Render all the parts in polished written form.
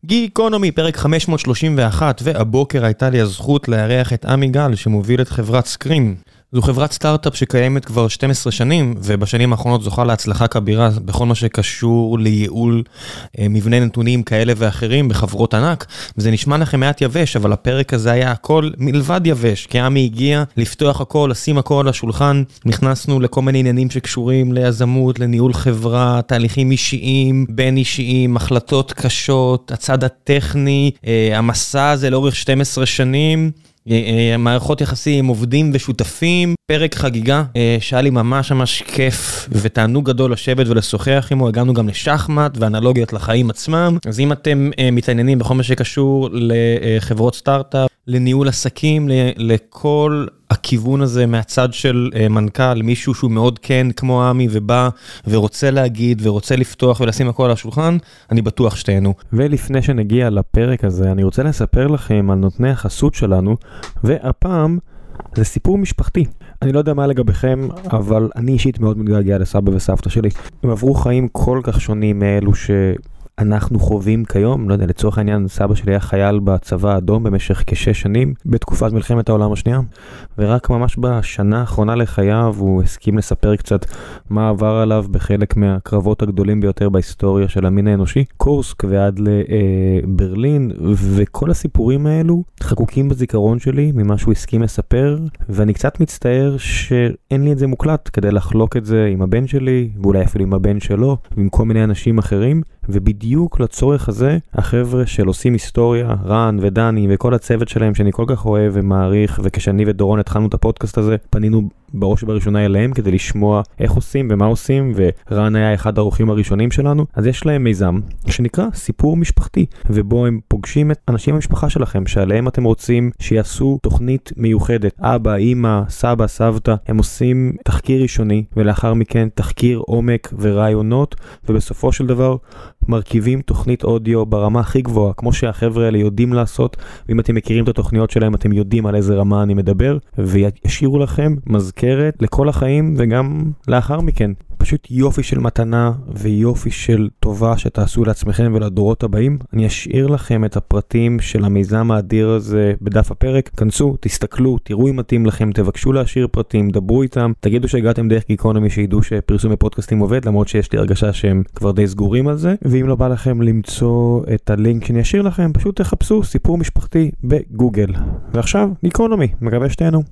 גיקונומי, פרק 531, והבוקר הייתה לי הזכות לארח את עמי גל, שמוביל את חברת סקרים. זו חברת סטארט-אפ שקיימת כבר 12 שנים, ובשנים האחרונות זוכה להצלחה כבירה בכל מה שקשור לייעול מבנה נתונים כאלה ואחרים בחברות ענק. וזה נשמע לכם מעט יבש, אבל הפרק הזה היה הכל מלבד יבש, כי עמי הגיע לפתוח הכל, לשים הכל על השולחן. נכנסנו לכל מיני עניינים שקשורים ליזמות, לניהול חברה, תהליכים אישיים, בין אישיים, החלטות קשות, הצד הטכני, המסע הזה לאורך 12 שנים. מערכות יחסים, עובדים ושותפים, פרק חגיגה, שהיה לי ממש כיף ותענוג גדול לשבת ולשוחח עמו. הגענו גם לשחמט ואנלוגיות לחיים עצמם. אז אם אתם מתעניינים בכל מה שקשור לחברות סטארט-אפ, לניהול עסקים, לכל הכיוון הזה מהצד של מנכ"ל, מישהו שהוא מאוד כן כמו עמי ובא ורוצה להגיד ורוצה לפתוח ולשים הכל על השולחן, אני בטוח שתהנו. ולפני שנגיע לפרק הזה, אני רוצה לספר לכם על נותני החסות שלנו, והפעם זה סיפור משפחתי. אני לא יודע מה לגביכם, אבל אני אישית מאוד מתגעגע לסבא וסבתא שלי. הם עברו חיים כל כך שונים מאלו אנחנו חווים כיום. לא יודע, לצורך העניין, סבא שלי היה חייל בצבא האדום במשך כ6 שנים, בתקופת מלחמת העולם השנייה, ורק ממש בשנה האחרונה לחייו הוא הסכים לספר קצת מה עבר עליו בחלק מהקרבות הגדולים ביותר בהיסטוריה של המין האנושי, קורסק ועד לברלין, וכל הסיפורים האלו חקוקים בזיכרון שלי ממה שהוא הסכים לספר, ואני קצת מצטער שאין לי את זה מוקלט כדי לחלוק את זה עם הבן שלי, ואולי אפילו עם הבן שלו, ועם כל מיני אנשים אחרים. ובדיוק לצורך הזה, החבר'ה של עושים היסטוריה, רן ודני וכל הצוות שלהם שאני כל כך אוהב ומעריך, וכשאני ודורון התחלנו את הפודקאסט הזה, פנינו בראש ובראשונה אליהם כדי לשמוע איך עושים ומה עושים, ורן היה אחד האורחים הראשונים שלנו. אז יש להם מיזם שנקרא סיפור משפחתי, ובו הם פוגשים את אנשים במשפחה שלכם, שעליהם אתם רוצים שיעשו תוכנית מיוחדת. אבא, אמא, סבא, סבתא, הם עושים תחקיר ראשוני, ולאחר מכן תחקיר עומק ורעיונות, ובסופו של דבר מרכיבים תוכנית אודיו ברמה הכי גבוהה, כמו שהחבר'ה האלה יודעים לעשות, ואם אתם מכירים את התוכניות שלהם, אתם יודעים על איזה רמה אני מדבר, וישאירו לכם מזכרת לכל החיים וגם לאחר מכן. פשוט יופי של מתנה ויופי של טובה שתעשו לעצמכם ולדורות הבאים. אני אשאיר לכם את הפרטים של המיזם האדיר הזה בדף הפרק. כנסו, תסתכלו, תראו אם מתאים לכם, תבקשו להשאיר פרטים, דברו איתם, תגידו שהגעתם דרך גיקונומי, שידעו שפרסום בפודקאסטים עובד, למרות שיש לי הרגשה שהם כבר די סגורים על זה. ואם לא בא לכם למצוא את הלינק שאני אשאיר לכם, פשוט תחפשו סיפור משפחתי בגוגל. ועכשיו, גיקונומי, מקווה שתהנו.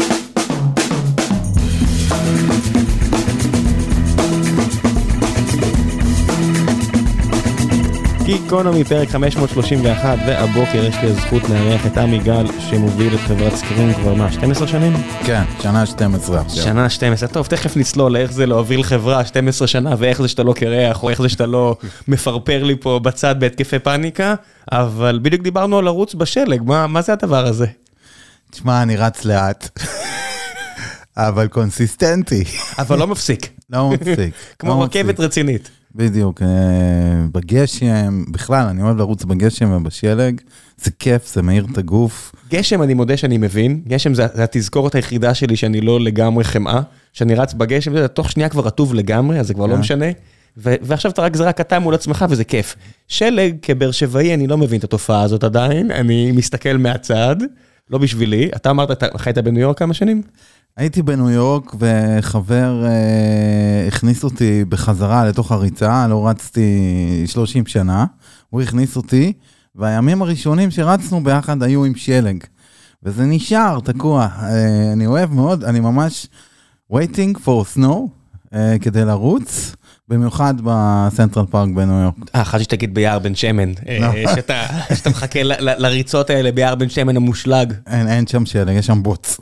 גיקונומי, פרק 531, והבוקר יש לי הזכות לארח את עמי גל, שמוביל את חברת סקרים כבר 12 שנים? כן, שנה 12. שנה 12, טוב, תכף נצלול לאיך זה להוביל חברה 12 שנה, ואיך זה שאתה לא קרח, או איך זה שאתה לא מפרפר לי פה בצד בהתקפי פאניקה, אבל בדיוק דיברנו על ערוץ בשלג, מה זה הדבר הזה? תשמע, אני רץ לאט, אבל קונסיסטנטי. אבל לא מפסיק. לא מפסיק. כמו רכבת רצינית. בדיוק, בגשם, בכלל, אני אוהב לרוץ בגשם ובשלג, זה כיף, זה מהיר את הגוף. גשם אני מודה שאני מבין, גשם זה התזכורת היחידה שלי שאני לא לגמרי חמאה, שאני רץ בגשם, תוך שנייה כבר רטוב לגמרי, אז זה כבר לא משנה, ועכשיו אתה רק זרק קטן מול עצמך וזה כיף. שלג כבר שבעי, אני לא מבין את התופעה הזאת עדיין, אני מסתכל מהצד, לא בשבילי. אתה אמרת, אתה חיית בניו יורק כמה שנים? הייתי בניו יורק וחבר הכניס אותי בחזרה לתוך הריצה, לא רצתי 30 שנה, הוא הכניס אותי, והימים הראשונים שרצנו ביחד היו עם שלג, וזה נשאר תקוע. אני אוהב מאוד, אני ממש waiting for snow כדי לרוץ, במיוחד בסנטרל פארק בניו יורק. חשבתי שתגיד ביער בן שמן, שאתה מחכה לריצות האלה ביער בן שמן המושלג. אין שם שלג, יש שם בוץ.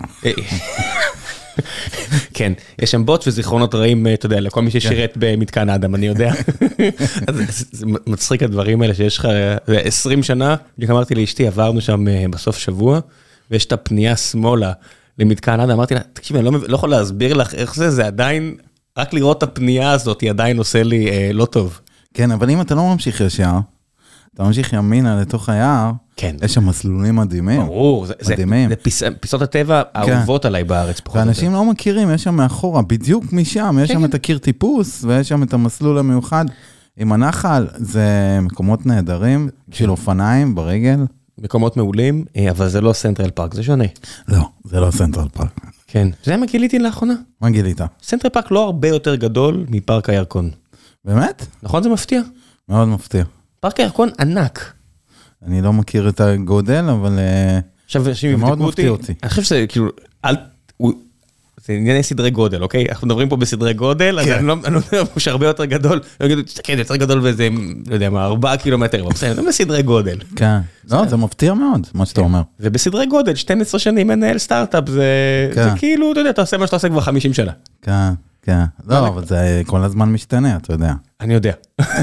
כן, יש שם בוט וזיכרונות רעים, אתה יודע, לכל מי ששירת במתקן האדם, אני יודע. זה מצחיק הדברים האלה שיש לך 20 שנה, אמרתי לאשתי, עברנו שם בסוף שבוע, ויש את הפנייה שמאלה למתקן האדם, אמרתי לה, תקשיב, אני לא יכול להסביר לך איך זה עדיין, רק לראות את הפנייה הזאת, היא עדיין עושה לי לא טוב. כן, אבל אם אתה לא ממשיך ישר, אתה ממשיך ימינה לתוך היער, כן. יש שם מסלולים מדהימים. ברור, זה פיסות הטבע האהובות עליי בארץ. ואנשים לא מכירים, יש שם מאחורה, בדיוק משם, יש שם את הקיר טיפוס, ויש שם את המסלול המיוחד. עם הנחל זה מקומות נהדרים, של אופניים ברגל. מקומות מעולים, אבל זה לא סנטרל פארק, זה שונה. לא, זה לא סנטרל פארק. כן. זה מה גיליתי לאחרונה? מה גילית? סנטרל פארק לא הרבה יותר גדול מפארק הירקון. באמת? נכון, זה מפתיע? מאוד מפתיע. פארק הירקון ענק. אני לא מכיר את הגודל, אבל עכשיו, זה מאוד מפתיע אותי. אני חושב שזה כאילו, זה ענייני סדרי גודל, אוקיי? אנחנו מדברים פה בסדרי גודל, אז אני לא יודע שהרבה יותר גדול, אני אגיד, תסתכל, יותר גדול וזה, לא יודע מה, 4 קילומטר, בסדר, בסדרי גודל. כן, לא, זה מפתיע מאוד, מה שאתה אומר. ובסדרי גודל, 12 שנים מנהל סטארט-אפ, זה כאילו, אתה יודע, אתה עושה מה שאתה עושה כבר 50 שנה. כן, כן. לא, אבל זה כל הזמן משתנה, אתה יודע. אני יודע.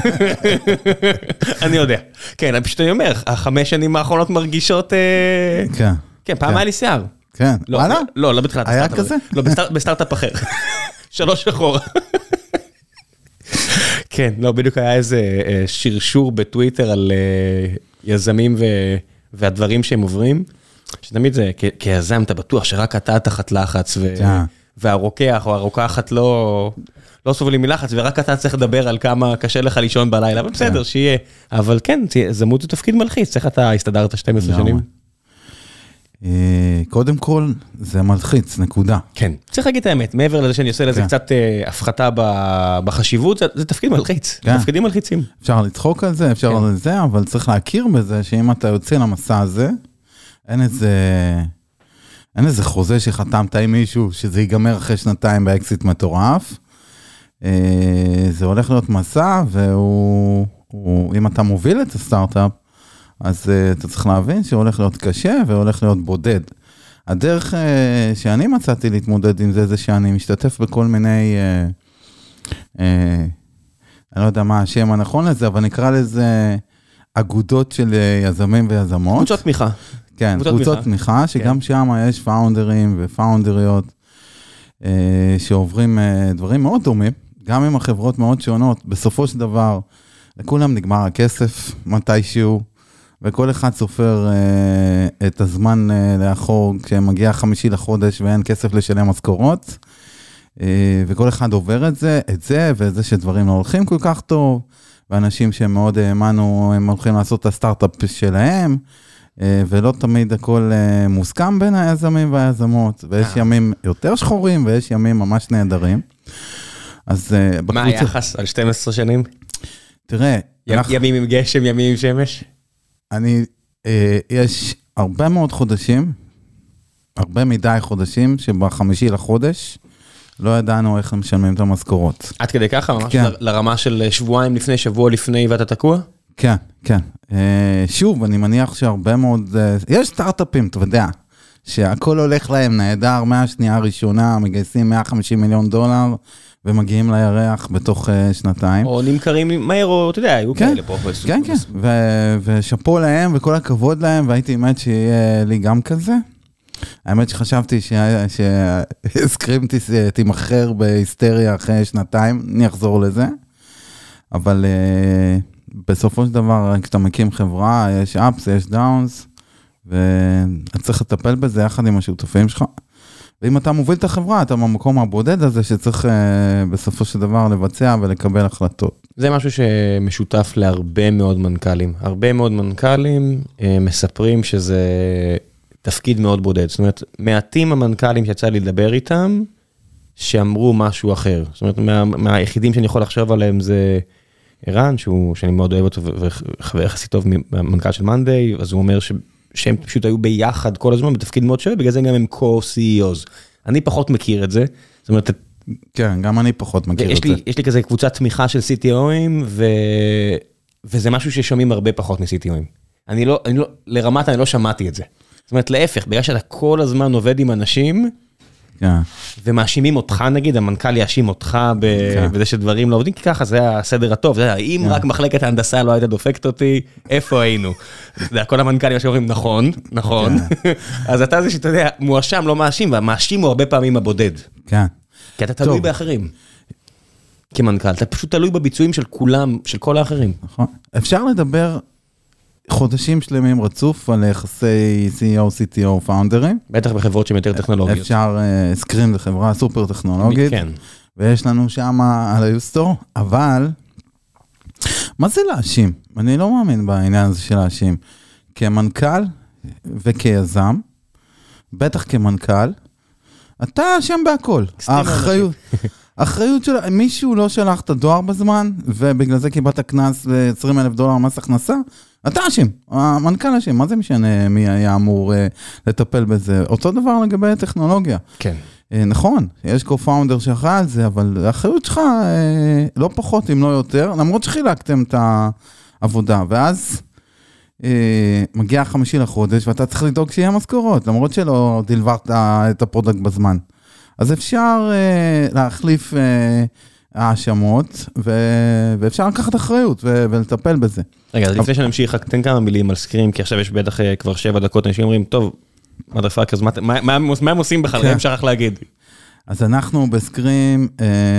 אני יודע. כן, אני פשוט אומר, 5 שנים האחרונות מרגישות... כן. כן, פעם היה לי שיער. כן, וואלה? לא בתחילת היה הסטארט-אפ. כזה? לא, בסטארט-אפ אחר. 3 אחורה. כן, לא, בדיוק היה איזה שרשור בטוויטר על יזמים והדברים שהם עוברים, שתמיד זה, כיזם אתה בטוח שרק אתה תחת לחץ, והרוקח או הרוקחת לא סובלים מלחץ, ורק אתה צריך לדבר על כמה קשה לך לישון בלילה, אבל בסדר, שיהיה. אבל כן, יזמות זה תפקיד מלחיץ, איך אתה הסתדרת 12 שנים? קודם כל, זה מלחיץ, נקודה. כן, צריך להגיד את האמת, מעבר לזה שאני עושה לזה קצת הפחתה בחשיבות, זה תפקיד מלחיץ, תפקידים מלחיצים. אפשר לצחוק על זה, אפשר על זה, אבל צריך להכיר בזה, שאם אתה יוצא למסע הזה, אין איזה חוזה שחתמת עם מישהו, שזה ייגמר אחרי 2 באקסיט מטורף. זה הולך להיות מסע, ואם אתה מוביל את הסטארט-אפ, אז אתה צריך להבין שהוא הולך להיות קשה, והולך להיות בודד. הדרך שאני מצאתי להתמודד עם זה, זה שאני משתתף בכל מיני, אני לא יודע מה השם הנכון לזה, אבל נקרא לזה אגודות של יזמים ויזמות. קבוצות תמיכה. כן, קבוצות תמיכה, שגם שם יש פאונדרים ופאונדריות, שעוברים דברים מאוד דומים, גם עם החברות מאוד שונות, בסופו של דבר, לכולם נגמר הכסף מתישהו, וכל אחד סופר את הזמן לאחור, כשמגיע 5 לחודש ואין כסף לשלם משכורות, וכל אחד עובר את זה, ואת זה שדברים לא הולכים כל כך טוב, ואנשים שהם מאוד האמנו, הם הולכים לעשות את הסטארט-אפ שלהם, ולא תמיד הכל מוסכם בין היזמים והיזמות, ויש ימים יותר שחורים, ויש ימים ממש נהדרים. אז מה היחס על 12 שנים? תראה, ימים עם גשם, ימים עם שמש? יש הרבה מאוד חודשים, הרבה מדי חודשים, שב5 לחודש, לא ידענו איך משלמים את המשכורות. עד כדי ככה? ממש לרמה של שבועיים לפני, שבוע לפני, ואתה תקוע? כן, כן. שוב, אני מניח שהרבה מאוד, יש סטארט-אפים, אתה יודע, שהכל הולך להם נהדר, מהשנייה הראשונה, מגייסים $150 מיליון, ומגיעים לירח בתוך 2 או נמכרים מהר, או אתה יודע, היו כאלה פה. כן, כן, ושפו להם, וכל הכבוד להם, והייתי האמת שיהיה לי גם כזה. האמת שחשבתי שהסקרים תימחר בהיסטריה אחרי 2, אני אחזור לזה, אבל בסופו של דבר, כשאתה מקים חברה, יש אפס, יש דאונס, ואתה צריך לטפל בזה יחד עם השותפים שלך. ואם אתה מוביל את החברה, אתה במקום הבודד הזה, שצריך בסופו של דבר לבצע ולקבל החלטות. זה משהו שמשותף להרבה מאוד מנכ"לים. הרבה מאוד מנכ"לים מספרים שזה תפקיד מאוד בודד. זאת אומרת, מעטים המנכ"לים שיצא לי לדבר איתם, שאמרו משהו אחר. זאת אומרת, מהיחידים שאני יכול לחשוב עליהם זה ערן, שאני מאוד אוהב אותו, וחבר יחסית טוב מהמנכ"ל של מאנדיי, אז הוא אומר שהם פשוט היו ביחד כל הזמן, בתפקיד מאוד שווה, בגלל זה גם הם co-CEOs. אני פחות מכיר את זה. זאת אומרת, כן, גם אני פחות מכיר את זה. יש לי כזה קבוצת תמיכה של CTO'ים, וזה משהו ששומעים הרבה פחות מ-CTO'ים. לרמת אני לא שמעתי את זה. זאת אומרת, להפך, בגלל שאתה כל הזמן עובד עם אנשים, ומאשימים אותך נגיד, המנכ"ל יאשים אותך בזה שדברים לא עובדים, כי ככה זה הסדר הטוב, אם רק מחלקת ההנדסה לא הייתה דופקת אותי, איפה היינו? כל המנכ"לים שאומרים, נכון, נכון, אז אתה זה שאתה יודע, מואשם לא מאשים, והמאשים הוא הרבה פעמים הבודד. כן. כי אתה תלוי באחרים. כמנכ"ל, אתה פשוט תלוי בביצועים של כולם, של כל האחרים. נכון. אפשר לדבר חודשים שלמים רצוף על יחסי CEO, CTO, פאונדרים. בטח בחברות שהן יותר טכנולוגיות. אפשר סקרים לחברה סופר טכנולוגית. כן. ויש לנו שם על היוסטור, אבל מה זה להאשים? אני לא מאמין בעניין הזה של להאשים. כמנכ"ל וכיזם, בטח כמנכ"ל, אתה אשם בהכל. האחריות של מישהו לא שלח את הדואר בזמן, ובגלל זה קיבלת קנס $20,000 מס הכנסה, אתה אשם, המנכ"ל אשם, מה זה משנה מי היה אמור לטפל בזה? אותו דבר לגבי הטכנולוגיה. כן. נכון, יש co-founder שאחראי על זה, אבל האחריות שלך לא פחות אם לא יותר, למרות שחילקתם את העבודה, ואז מגיע 5 לחודש, ואתה צריך לדאוג שיהיה משכורות, למרות שלא דלברת את הפרודקט בזמן. אז אפשר להחליף האשמות, ואפשר לקחת אחריות ולטפל בזה. רגע, אז לפני שנמשיך, תן כמה מילים על סקרים, כי עכשיו יש בטח כבר 7 דקות, אנשים אומרים, טוב, אז מה הם עושים בכלל? אין אפשר רק להגיד. אז אנחנו בסקרים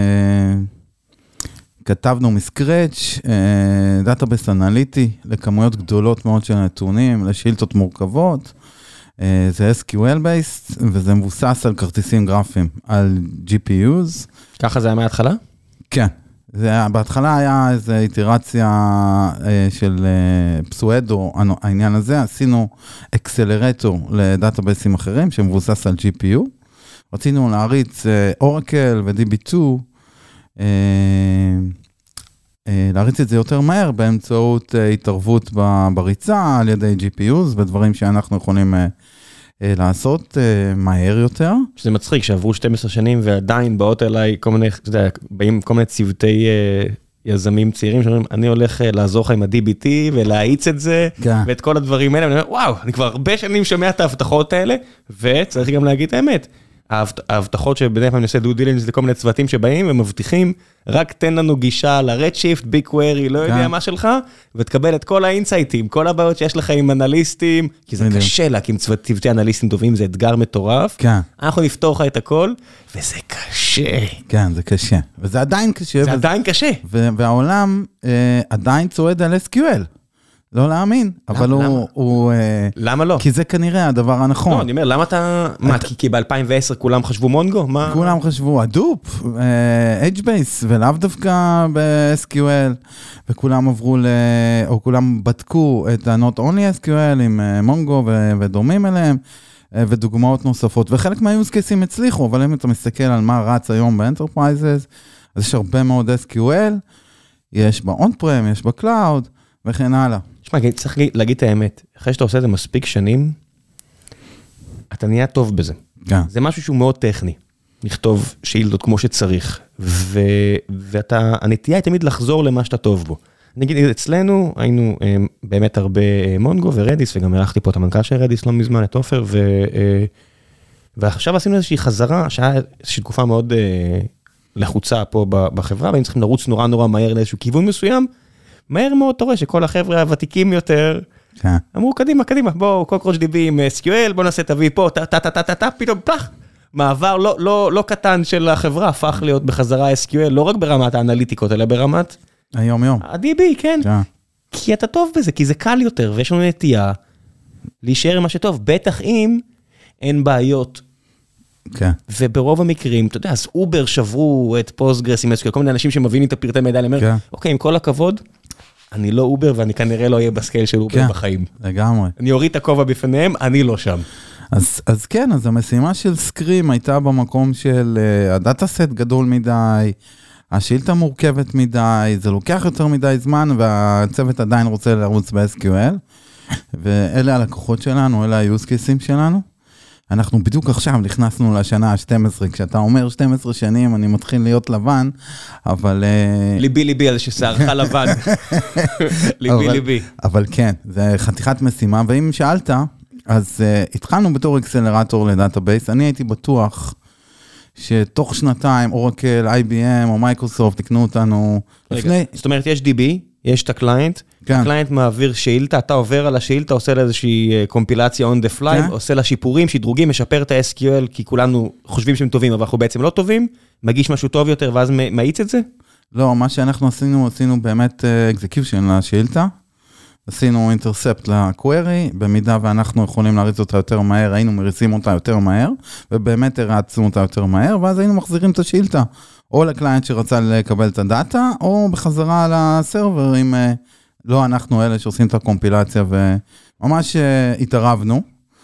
כתבנו מסקרץ' דאטאבייס אנליטי לכמויות גדולות מאוד של נתונים, לשאילתות מורכבות. זה SQL based, וזה מבוסס על כרטיסים גרפיים, על GPUs. ככה זה היה מההתחלה? כן. בהתחלה היה איזו איטרציה של פסואדו, העניין הזה, עשינו אקסלרטור לדאטאבייסים אחרים, שמבוסס על GPU. רצינו להריץ אורקל ו-DB2, להריץ את זה יותר מהר, באמצעות התערבות בריצה, על ידי GPUs, ודברים שאנחנו יכולים לעשות מהר יותר. שזה מצחיק, שעברו 12 שנים, ועדיין באות אליי כל מיני, אתה יודע, באים כל מיני צוותי יזמים צעירים, שאומרים, אני הולך לעזור לך עם ה-DBT, ולהאיץ את זה, ואת כל הדברים האלה, ואני אומר, וואו, אני כבר הרבה שנים שומע את ההבטחות האלה, וצריך גם להגיד את האמת. ההבטחות שבדרך כלל אני עושה דו דילנס לכל מיני צוותים שבאים ומבטיחים, רק תן לנו גישה ל-Redshift, BigQuery, לא יודע מה שלך, ותקבל את כל האינסייטים, כל הבעיות שיש לך עם אנליסטים, כי זה קשה להקים צוותי אנליסטים טובים, זה אתגר מטורף. אנחנו נפתור לך את הכל, וזה קשה. כן, זה קשה. וזה עדיין קשה. זה עדיין קשה. והעולם עדיין צועד על SQL. לא להאמין, אבל הוא... למה לא? כי זה כנראה הדבר הנכון. לא, אני אומר, למה אתה... מה, כי ב-2010 כולם חשבו מונגו? כולם חשבו הדופ, HBase, ולאו דווקא ב-SQL, וכולם עברו או כולם בדקו את ה-Not Only SQL עם מונגו ודומים אליהם, ודוגמאות נוספות, וחלק מהיוז קייסים הצליחו, אבל אם אתה מסתכל על מה רץ היום ב-Enterprises, אז יש הרבה מאוד SQL, יש ב-On-Prem, יש ב-Cloud, וכן הלאה. תשמע, צריך להגיד את האמת, אחרי שאתה עושה את זה מספיק שנים, אתה נהיה טוב בזה. זה משהו שהוא מאוד טכני, לכתוב שאילתות כמו שצריך, והנטייה היא תמיד לחזור למה שאתה טוב בו. נגיד, אצלנו היינו באמת הרבה מונגו ורדיס, וגם הלכתי פה את המנכ"ל של רדיס לא מזמן, את אופר, ועכשיו עשינו איזושהי חזרה, שהיה איזושהי תקופה מאוד לחוצה פה בחברה, והיינו צריכים לרוץ נורא נורא מהר לאיזשהו כיוון מסוים, מהר מאוד אתה רואה שכל החבר'ה הוותיקים יותר, אמרו קדימה, קדימה, בואו, CockroachDB עם SQL, בואו נעשה תביא פה, פתאום פלח, מעבר לא קטן של החברה, הפך להיות בחזרה SQL, לא רק ברמת האנליטיקות, אלא ברמת... היום. ה-DB, כן. כי אתה טוב בזה, כי זה קל יותר, ויש לנו נטייה להישאר עם מה שטוב, בטח אם אין בעיות. כן. וברוב המקרים, אתה יודע, אז אובר שברו את פוסטגרס עם SQL, כל מיני אנשים שמבינים את הפרטי מידע, אני אומר, אוקיי, עם כל הכבוד, אני לא אובר, ואני כנראה לא אהיה בסקייל של אובר בחיים. לגמרי. אני אוריד את הכובע בפניהם, אני לא שם. אז כן, אז המשימה של סקרים הייתה במקום של הדאטה-סט גדול מדי, השאילתה מורכבת מדי, זה לוקח יותר מדי זמן, והצוות עדיין רוצה לרוץ ב-SQL, ואלה הלקוחות שלנו, אלה ה-use cases שלנו. אנחנו בדיוק עכשיו נכנסנו לשנה ה-12, כשאתה אומר 12 שנים, אני מתחיל להיות לבן, אבל... ליבי על ששערך לבן. ליבי. אבל כן, זה חתיכת משימה, ואם שאלת, אז התחלנו בתור אקסלרטור לדאטאבייס, אני הייתי בטוח שתוך שנתיים, אורקל, IBM או מייקרוסופט תקנו אותנו לפני... זאת אומרת, יש DB, יש את הקליינט, הקליינט מעביר שאילתה, אתה עובר על השאילתה, עושה לה איזושהי קומפילציה on the fly, עושה לה שיפורים, שדרוגים, משפר את ה-SQL, כי כולנו חושבים שהם טובים, אבל אנחנו בעצם לא טובים, מגיש משהו טוב יותר, ואז מאיץ את זה? לא, מה שאנחנו עשינו באמת execution לשאילתה, עשינו intercept ל-query, במידה ואנחנו יכולים להריץ אותה יותר מהר, היינו מריצים אותה יותר מהר, ובאמת הרצנו אותה יותר מהר, ואז היינו מחזירים את השאילתה, או לקליינט שרצה לקבל את הדאטה, או בחזרה לסרבר, אם לא אנחנו אלה שעושים את הקומפילציה, וממש התערבנו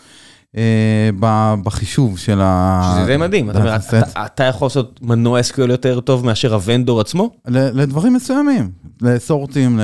בחישוב של שזה די מדהים, אתה יכול לעשות מנוע SQL יותר טוב מאשר הוונדור עצמו? לדברים מסוימים, לסורטים,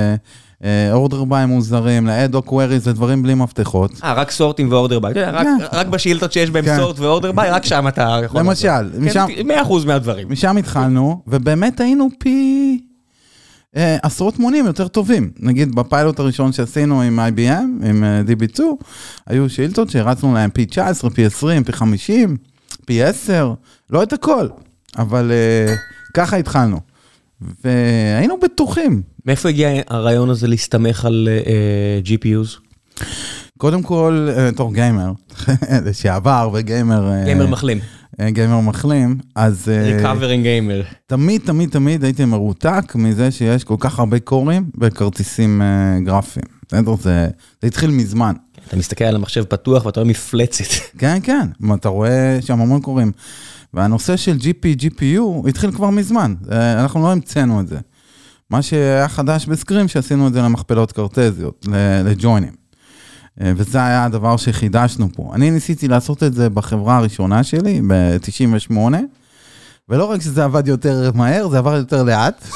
אורדר ביי מוזרים, ל-add-hoc queries, זה דברים בלי מפתחות. רק סורטים ואורדר ביי, רק בשאילתות שיש בהם סורט ואורדר ביי, רק שם אתה יכול... למשל, 100% מהדברים. משם התחלנו, ובאמת היינו פי עשרות מונים יותר טובים. נגיד בפיילוט הראשון שעשינו עם IBM, עם DB2, היו שאילתות שהרצנו להם פי 19, פי 20, פי 50, פי 10, לא את הכל, אבל ככה התחלנו. והיינו בטוחים. מאיפה הגיע הרעיון הזה להסתמך על GPUs? קודם כל, תור גיימר, לשעבר וגיימר... גיימר מחלים. גיימר מחלים, אז... Recovering gamer. תמיד הייתי מרותק מזה שיש כל כך הרבה קורים בכרטיסים גרפיים. זה התחיל מזמן. אתה מסתכל על המחשב פתוח ואתה רואה מפלצת. כן, אתה רואה שם המון קורים. והנושא של GPU התחיל כבר מזמן, אנחנו לא המצאנו את זה. מה שהיה חדש בסקרים, שעשינו את זה למכפלות קרטזיות, לג'וינים. וזה היה הדבר שחידשנו פה. אני ניסיתי לעשות את זה בחברה הראשונה שלי, ב-98, ולא רק שזה עבד יותר מהר, זה עבד יותר לאט,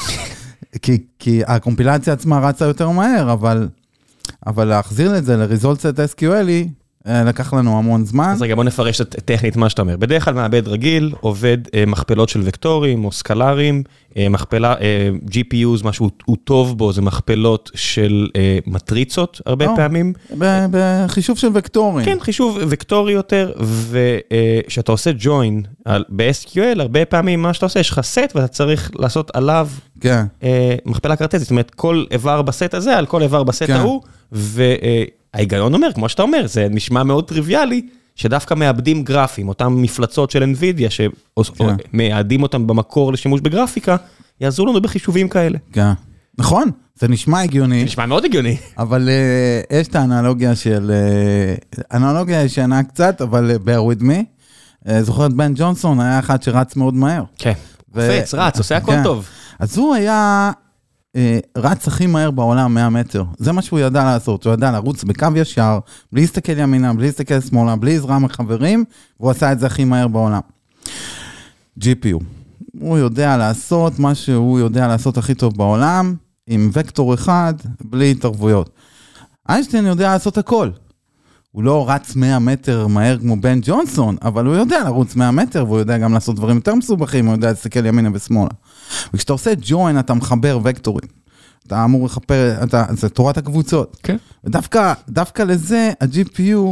כי הקומפילציה עצמה רצה יותר מהר, אבל להחזיר את זה ל-Result Set SQL, לקח לנו המון זמן. אז רגע, בוא נפרש טכנית מה שאתה אומר. בדרך כלל מעבד רגיל עובד מכפלות של וקטורים או סקלרים, מכפלה, GPUs, משהו הוא טוב בו, זה מכפלות של מטריצות הרבה פעמים. בחישוב של וקטורים. כן, חישוב וקטורי יותר, ושאתה עושה join ב-SQL, הרבה פעמים מה שאתה עושה, יש לך סט ואתה צריך לעשות עליו מכפלה קרטזית. זאת אומרת, כל איבר בסט הזה, על כל איבר בסט ההוא, ההיגיון אומר, כמו שאתה אומר, זה נשמע מאוד טריוויאלי, שדווקא מאבדים גרפים, אותם מפלצות של NVIDIA, שמאדים אותם במקור לשימוש בגרפיקה, יעזרו לנו בחישובים כאלה. כן, נכון, זה נשמע הגיוני. נשמע מאוד הגיוני. אבל יש את האנלוגיה של, אנלוגיה ישנה קצת, אבל bear with me, זוכרת בן ג'ונסון, היה אחד שרץ מאוד מהר. כן, קופץ, רץ, עושה הכל טוב. אז הוא היה... רץ הכי מהר בעולם 100 מטר. זה מה שהוא ידע לעשות. הוא ידע לרוץ בקו ישר, בלי להסתכל ימינה, בלי להסתכל שמאלה, בלי עזרה מחברים, והוא עשה את זה הכי מהר בעולם. GPU. הוא יודע לעשות מה שהוא יודע לעשות הכי טוב בעולם, עם וקטור אחד, בלי התערבויות. איינשטיין יודע לעשות הכל. הוא לא רץ 100 מטר מהר כמו בן ג'ונסון, אבל הוא יודע לרוץ 100 מטר, והוא יודע גם לעשות דברים יותר מסובכים, הוא יודע להסתכל ימינה ושמאלה. וכשאתה עושה ג'וין, אתה מחבר וקטורים. אתה אמור לחבר, זה תורת הקבוצות. כן. ודווקא לזה, ה-GPU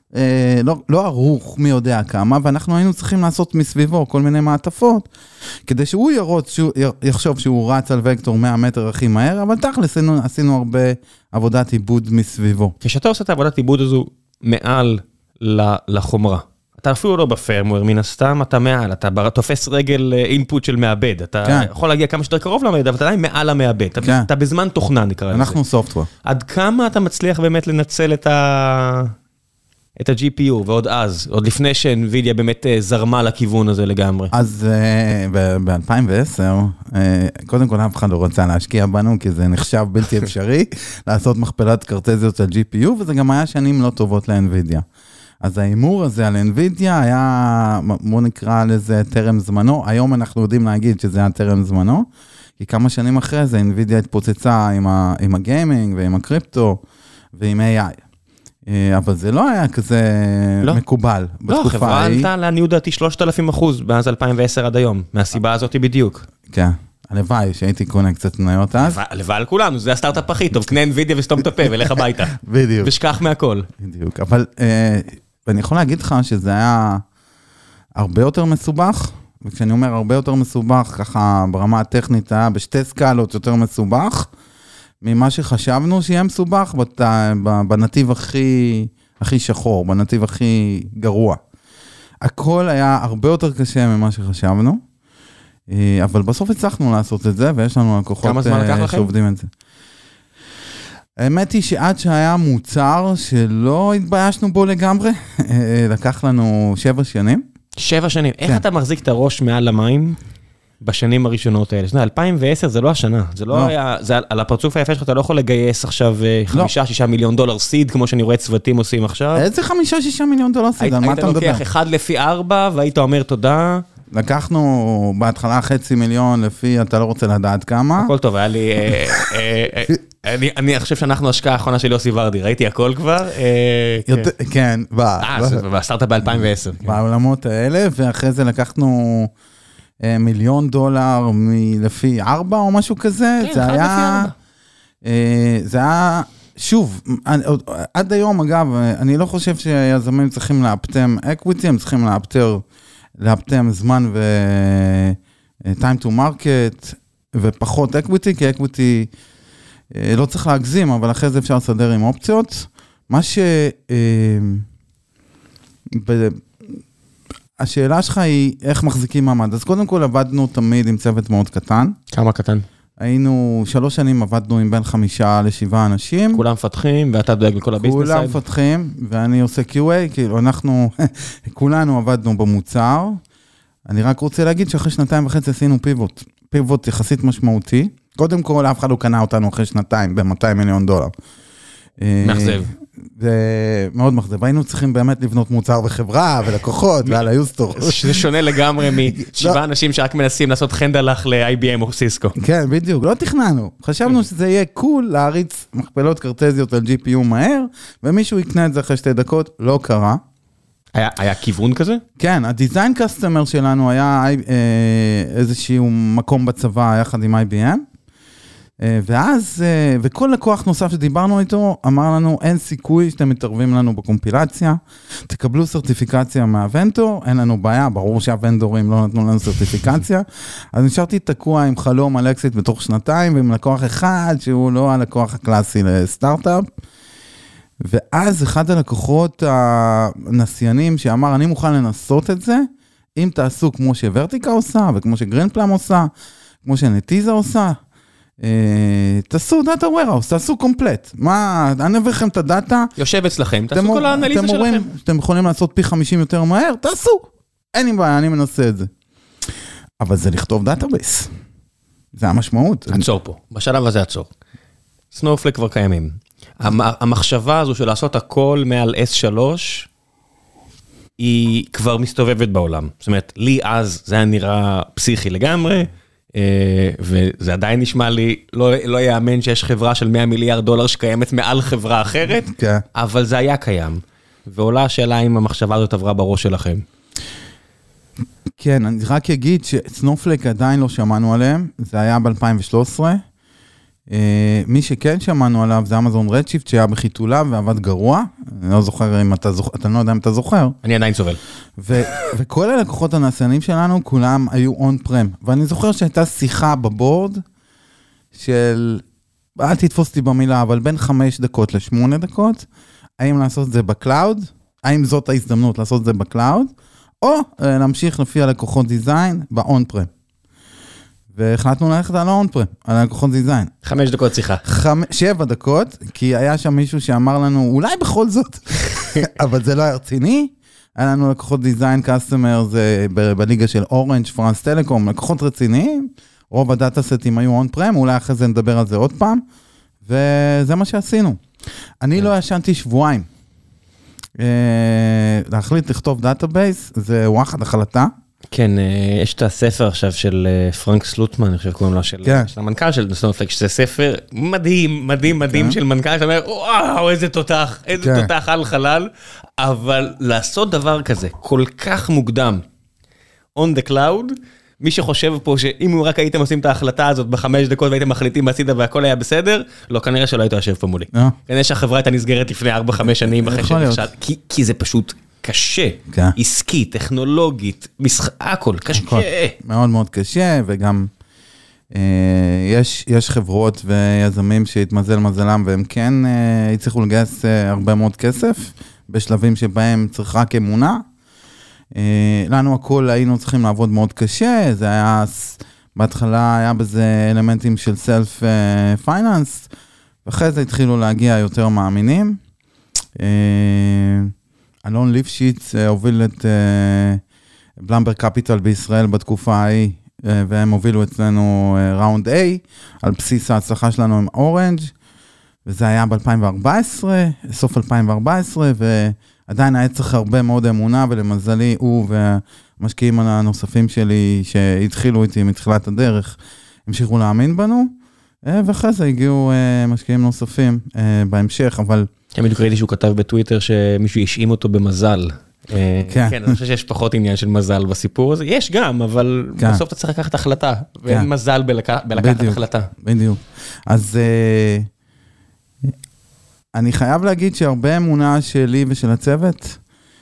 לא ערוך מי יודע כמה, ואנחנו היינו צריכים לעשות מסביבו כל מיני מעטפות, כדי שהוא יחשוב שהוא רץ על וקטור 100 מטר הכי מהר, אבל תכלס עשינו הרבה עבודת עיבוד מסביבו. כשאתה עושה את העבודת עיבוד הזו מעל לחומרה, אתה אפילו לא בפרמוור מן הסתם, אתה מעל, אתה תופס רגל אינפוט של מעבד, אתה יכול להגיע כמה שיותר קרוב למעבד, אבל אתה עדיין מעל המעבד, אתה בזמן תוכנה נקרא לזה. אנחנו סופטוור. עד כמה אתה מצליח באמת לנצל את ה-GPU, ועוד אז, עוד לפני ש-NVIDIA באמת זרמה לכיוון הזה לגמרי. אז ב-2010, קודם כל אף אחד לא רצה להשקיע בנו, כי זה נחשב בלתי אפשרי, לעשות מכפלת קרטזיות על GPU, וזה גם היה שנים לא טובות ל-NVIDIA. אז האימור הזה על NVIDIA היה, בוא נקרא לזה טרם זמנו, היום אנחנו יודעים להגיד שזה היה טרם זמנו, כי כמה שנים אחרי זה NVIDIA התפוצצה עם הגיימינג ועם הקריפטו ועם AI. אבל זה לא היה כזה מקובל בתקופה ההיא. לא, חברה עלתה לעניות דעתי 3,000% מאז 2010 עד היום, מהסיבה הזאת בדיוק. כן, הלוואי שהייתי קונה קצת מניות אז. הלוואי על כולנו, זה הסטארט-אפ הכי טוב, קנה NVIDIA וסתום את הפה ולך הביתה. בדיוק. ושכח מהכל. בדיוק, אבל אני יכול להגיד לך שזה היה הרבה יותר מסובך, וכשאני אומר הרבה יותר מסובך, ככה ברמה הטכנית היה בשתי סקלות יותר מסובך, ממה שחשבנו שיהיה מסובך בנתיב הכי שחור, בנתיב הכי גרוע. הכל היה הרבה יותר קשה ממה שחשבנו, אבל בסוף הצלחנו לעשות את זה, ויש לנו לקוחות שעובדים את זה. האמת היא שעד שהיה מוצר שלא התביישנו בו לגמרי, לקח לנו 7 שנים. 7 שנים. איך אתה מחזיק את הראש מעל המים בשנים הראשונות האלה. 2010 זה לא השנה, זה לא היה, זה על הפרצוף היפה שלך, אתה לא יכול לגייס עכשיו 5-6 מיליון דולר סיד, כמו שאני רואה צוותים עושים עכשיו. איזה 5-6 מיליון דולר סיד? על מה אתה מדבר? היית לוקח 1 לפי 4, והיית אומר תודה. לקחנו בהתחלה 500,000 לפי, אתה לא רוצה לדעת כמה. הכל טוב, היה לי... אני חושב שאנחנו השקעה האחרונה של יוסי ורדי, ראיתי הכל כבר. כן, בסטארט-אפ ב-2010. בעולמות האלה, ואחרי זה לקחנו $1,000,000 לפי 4 או משהו כזה. כן, 1 לפי 4. זה היה, שוב, עד היום אגב, אני לא חושב שיזמים צריכים לאפטם אקוויטי, הם צריכים לאפטם זמן time to market ופחות אקוויטי, כי אקוויטי לא צריך להגזים, אבל אחרי זה אפשר לסדר עם אופציות. מה השאלה שלך היא איך מחזיקים מעמד. אז קודם כל עבדנו תמיד עם צוות מאוד קטן. כמה קטן? היינו 3 שנים עבדנו עם בין 5 ל7 אנשים. כולם מפתחים ואתה דואג לכל הביזנס סייד? כולם מפתחים ואני עושה QA, כאילו אנחנו, כולנו עבדנו במוצר. אני רק רוצה להגיד שאחרי 2.5 עשינו פיבוט. פיבוט יחסית משמעותי. קודם כל אף אחד לא קנה אותנו אחרי 2 ב$200 מיליון. מאכזב. זה מאוד מחזב. היינו צריכים באמת לבנות מוצר וחברה ולקוחות ועל היוסטור. זה שונה לגמרי מ7 אנשים שרק מנסים לעשות חנדלח ל-IBM או סיסקו. כן, בדיוק. לא תכננו. חשבנו שזה יהיה קול להריץ מכפלות קרטזיות על GPU מהר, ומישהו יקנה את זה אחרי 2 דקות. לא קרה. היה כיוון כזה? כן, הדיזיין קסטומר שלנו היה איזשהו מקום בצבא יחד עם IBM, ואז, וכל לקוח נוסף שדיברנו איתו, אמר לנו, אין סיכוי שאתם מתערבים לנו בקומפילציה, תקבלו סרטיפיקציה מהוונדור, אין לנו בעיה, ברור שהוונדורים לא נתנו לנו סרטיפיקציה, אז נשארתי תקוע עם חלום על אקסיט בתוך 2, ועם לקוח אחד, שהוא לא הלקוח הקלאסי לסטארט-אפ, ואז אחד הלקוחות הנסיינים שאמר, אני מוכן לנסות את זה, אם תעשו כמו שוורטיקה עושה, וכמו שגרינפלם עושה, כמו שנטיזה עושה, תעשו דאטה ווירהאוס, תעשו קומפלט. מה, אני אביא לכם את הדאטה. יושב אצלכם, תעשו כל האנליזה שלכם. אתם יכולים לעשות פי 50 יותר מהר, תעשו. אין לי בעיה, אני מנסה את זה. אבל זה לכתוב דאטאבייס. זה המשמעות. עצור פה, בשלב הזה עצור. סנופלייק כבר קיימים. המחשבה הזו של לעשות הכל מעל S3, היא כבר מסתובבת בעולם. זאת אומרת, לי אז זה היה נראה פסיכי לגמרי, וזה עדיין נשמע לי, לא יאמן שיש חברה של $100 מיליארד שקיימת מעל חברה אחרת, אבל זה היה קיים. ועולה השאלה אם המחשבה הזאת עברה בראש שלכם. כן, אני רק אגיד שסנופלייק עדיין לא שמענו עליהם, זה היה ב-2013, מי שכן שמענו עליו זה אמזון רדשיפט שהיה בחיתולה ועבד גרוע, אני לא זוכר אם אתה זוכר, אתה לא יודע אם אתה זוכר. אני עדיין סובל. וכל הלקוחות הנסיינים שלנו כולם היו און פרם, ואני זוכר שהייתה שיחה בבורד של, אל תתפוס אותי במילה, אבל בין 5 דקות ל8 דקות, האם לעשות את זה בקלאוד, האם זאת ההזדמנות לעשות את זה בקלאוד, או להמשיך לפי הלקוחות דיזיין באון פרם. והחלטנו ללכת על האון-פרם, על הלקוחות דיזיין. 5 דקות שיחה. 7 דקות, כי היה שם מישהו שאמר לנו, אולי בכל זאת, אבל זה לא היה רציני. היה לנו לקוחות דיזיין קסטומר, זה בליגה של אורנג', פרנס טלקום, לקוחות רציניים, רוב הדאטה סטים היו און-פרם, אולי אחרי זה נדבר על זה עוד פעם, וזה מה שעשינו. אני לא ישנתי שבועיים. להחליט לכתוב דאטאבייס, זה וואחד החלטה. כן, יש את הספר עכשיו של פרנק סלוטמן, אני חושב קוראים לו, של המנכ"ל של סנופלייק, שזה ספר מדהים, מדהים, מדהים של מנכ"ל, שאתה אומר, וואו, איזה תותח, איזה תותח על חלל, אבל לעשות דבר כזה, כל כך מוקדם, on the cloud, מי שחושב פה שאם רק הייתם עושים את ההחלטה הזאת ב5 דקות, והייתם מחליטים בצידה והכל היה בסדר, לא, כנראה שלא היית יושב פה מולי. כנראה שהחברה הייתה נסגרת לפני 4-5 שנים, כי זה פשוט קשה, עסקי, טכנולוגית, הכל, קשה. מאוד מאוד קשה, וגם יש חברות ויזמים שהתמזל מזלם, והם כן הצליחו לגייס הרבה מאוד כסף, בשלבים שבהם צריך רק אמונה. לנו הכל היינו צריכים לעבוד מאוד קשה, זה היה, בהתחלה היה בזה אלמנטים של סלף פייננס, ואחרי זה התחילו להגיע יותר מאמינים. אלון ליפשיץ הוביל את בלמבר קפיטל בישראל בתקופה ההיא, והם הובילו אצלנו ראונד A, על בסיס ההצלחה שלנו עם אורנג', וזה היה ב-2014, סוף 2014, ועדיין היה צריך הרבה מאוד אמונה, ולמזלי הוא והמשקיעים הנוספים שלי שהתחילו איתי מתחילת הדרך, המשיכו להאמין בנו, ואחרי זה הגיעו משקיעים נוספים בהמשך, אבל... בדיוק ראיתי שהוא כתב בטוויטר שמישהו ישעים אותו במזל. כן, אני חושב שיש פחות עניין של מזל בסיפור הזה, יש גם, אבל בסוף אתה צריך לקחת החלטה, ואין מזל בלקחת החלטה. בדיוק. אז אני חייב להגיד שהרבה אמונה שלי ושל הצוות,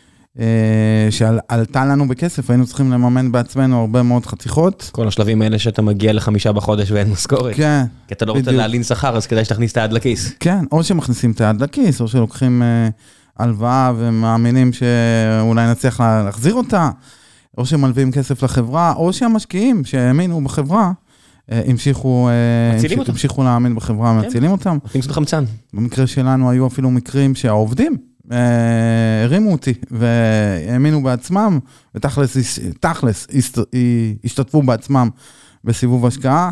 שעלתה לנו בכסף, היינו צריכים לממן בעצמנו הרבה מאוד חתיכות. כל השלבים האלה שאתה מגיע ל5 בחודש ואין משכורת. כן. כי אתה לא רוצה להלין שכר, אז כדאי שתכניס את היד לכיס. כן, או שמכניסים את היד לכיס, או שלוקחים הלוואה ומאמינים שאולי נצליח להחזיר אותה, או שמלווים כסף לחברה, או שהמשקיעים שהאמינו בחברה, המשיכו להאמין בחברה, מצילים אותם. עושים קצת חמצן. במקרה שלנו היו אפילו מקרים שהעובדים הרימו אותי והאמינו בעצמם, ותכלס השתתפו בעצמם בסיבוב השקעה,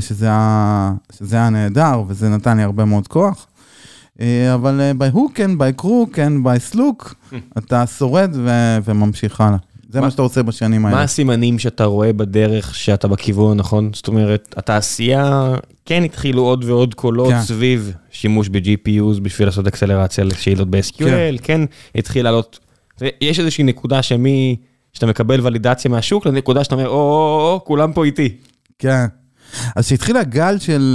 שזה היה נהדר, וזה נתן לי הרבה מאוד כוח. אבל by hook and by crook and by slook, אתה שורד וממשיך הלאה. זה מה שאתה רוצה בשנים האלה. מה הסימנים שאתה רואה בדרך שאתה בכיוון, נכון? זאת אומרת, התעשייה, כן התחילו עוד ועוד קולות סביב שימוש ב-GPUs בשביל לעשות אקסלרציה לשאלות ב-SQL, כן התחיל לעלות. יש איזושהי נקודה שאתה מקבל ולידציה מהשוק, לנקודה שאתה אומר, כולם פה איתי. כן. אז שהתחיל הגל של,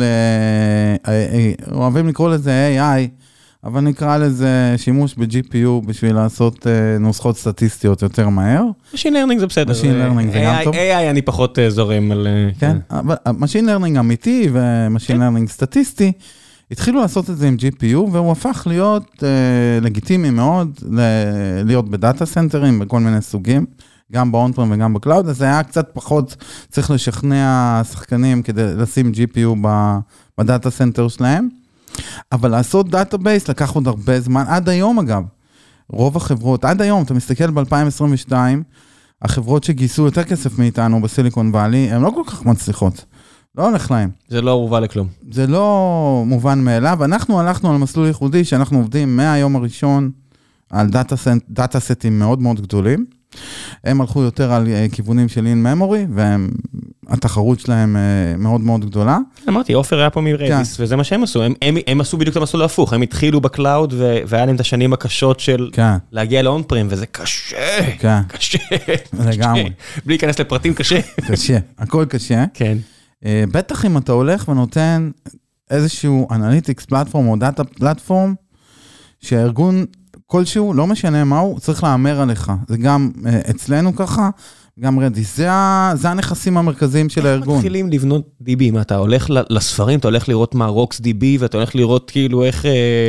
אוהבים לקרוא לזה AI, אבל נקרא לזה שימוש ב-GPU בשביל לעשות נוסחות סטטיסטיות יותר מהר. Machine Learning זה בסדר. Machine Learning זה גם טוב. AI אני פחות זורם על... כן, אבל Machine Learning אמיתי ו-Machine Learning סטטיסטי, התחילו לעשות את זה עם GPU, והוא הפך להיות לגיטימי מאוד, להיות בדאטה סנטרים, בכל מיני סוגים, גם באון-פרם וגם בקלאוד, אז זה היה קצת פחות, צריך לשכנע שחקנים כדי לשים GPU בדאטה סנטר שלהם, אבל לעשות דאטאבייס לקח עוד הרבה זמן, עד היום אגב, רוב החברות, עד היום, אתה מסתכל ב-2022, החברות שגייסו יותר כסף מאיתנו בסיליקון ואלי, הן לא כל כך מצליחות, לא הולך להם. זה לא מובן לכלום. זה לא מובן מאליו, אנחנו הלכנו על מסלול ייחודי, שאנחנו עובדים מהיום הראשון, על דאטה סטים מאוד מאוד גדולים, הם הלכו יותר על כיוונים של in-memory, והתחרות שלהם מאוד מאוד גדולה. אמרתי, אופר היה פה מרדיס, וזה מה שהם עשו. הם עשו בדיוק את המסלול ההפוך, הם התחילו בקלאוד, והיה להם את השנים הקשות של להגיע לאון-פרם, וזה קשה, קשה. לגמרי. בלי להיכנס לפרטים קשה. קשה, הכל קשה. כן. בטח אם אתה הולך ונותן איזשהו אנליטיקס פלטפורם או דאטה פלטפורם, שהארגון כלשהו, לא משנה מהו, צריך לאמר עליך. זה גם אצלנו ככה, גם רדיס. זה הנכסים המרכזיים של הארגון. מתחילים לבנות DB, מה אתה הולך לספרים, אתה הולך לראות מה רוקס DB, ואתה הולך לראות כאילו איך,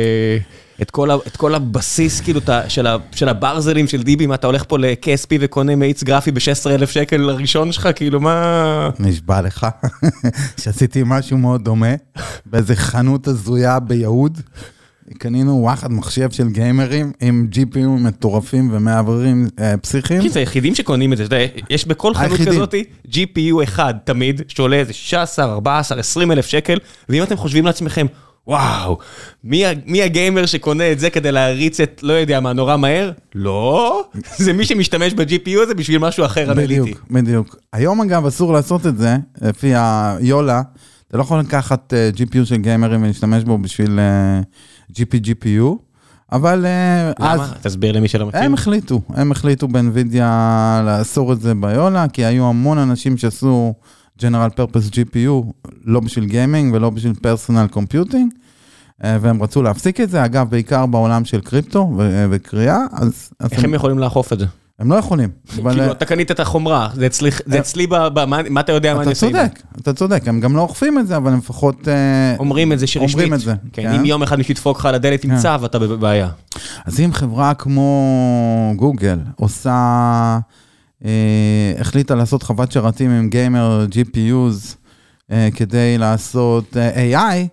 את כל הבסיס כאילו של הברזלים של DB, מה אתה הולך פה ל-KSP וקונה מאיץ גרפי ב-16,000 שקל לראשון שלך, כאילו מה... נשבע לך, שעשיתי משהו מאוד דומה, באיזה חנות הזויה ביהוד, קנינו וואחד מחשב של גיימרים עם GPU מטורפים ומעברים פסיכיים. כן, זה היחידים שקונים את זה. יש בכל חנות כזאת GPU אחד תמיד, שעולה איזה 16, 14, 20 אלף שקל, ואם אתם חושבים לעצמכם, וואו, מי הגיימר שקונה את זה כדי להריץ את, לא יודע מה, נורא מהר? לא, זה מי שמשתמש ב-GPU הזה בשביל משהו אחר אנליטי. בדיוק, בדיוק. היום אגב אסור לעשות את זה, לפי היולה, אתה לא יכול לקחת GPU של גיימרים ולהשתמש בו בשביל GPU, אבל למה? תסביר למי שלא מכיר. הם החליטו באנווידיה לאסור את זה ביולה, כי היו המון אנשים שעשו General Purpose GPU, לא בשביל גיימינג ולא בשביל Personal Computing, והם רצו להפסיק את זה, אגב, בעיקר בעולם של קריפטו וקריאה. איך הם יכולים לאכוף את זה? הם לא יכולים. כאילו, אתה קנית את החומרה, זה אצלי, מה אתה יודע מה אני עושה? אתה צודק, הם גם לא אוכפים את זה, אבל הם לפחות... אומרים את זה שרשמית. אם יום אחד מישהו ידפוק לך על הדלת עם צו, אתה בבעיה. אז אם חברה כמו גוגל עושה, החליטה לעשות חוות שרתים עם גיימר GPUs, כדי לעשות AI,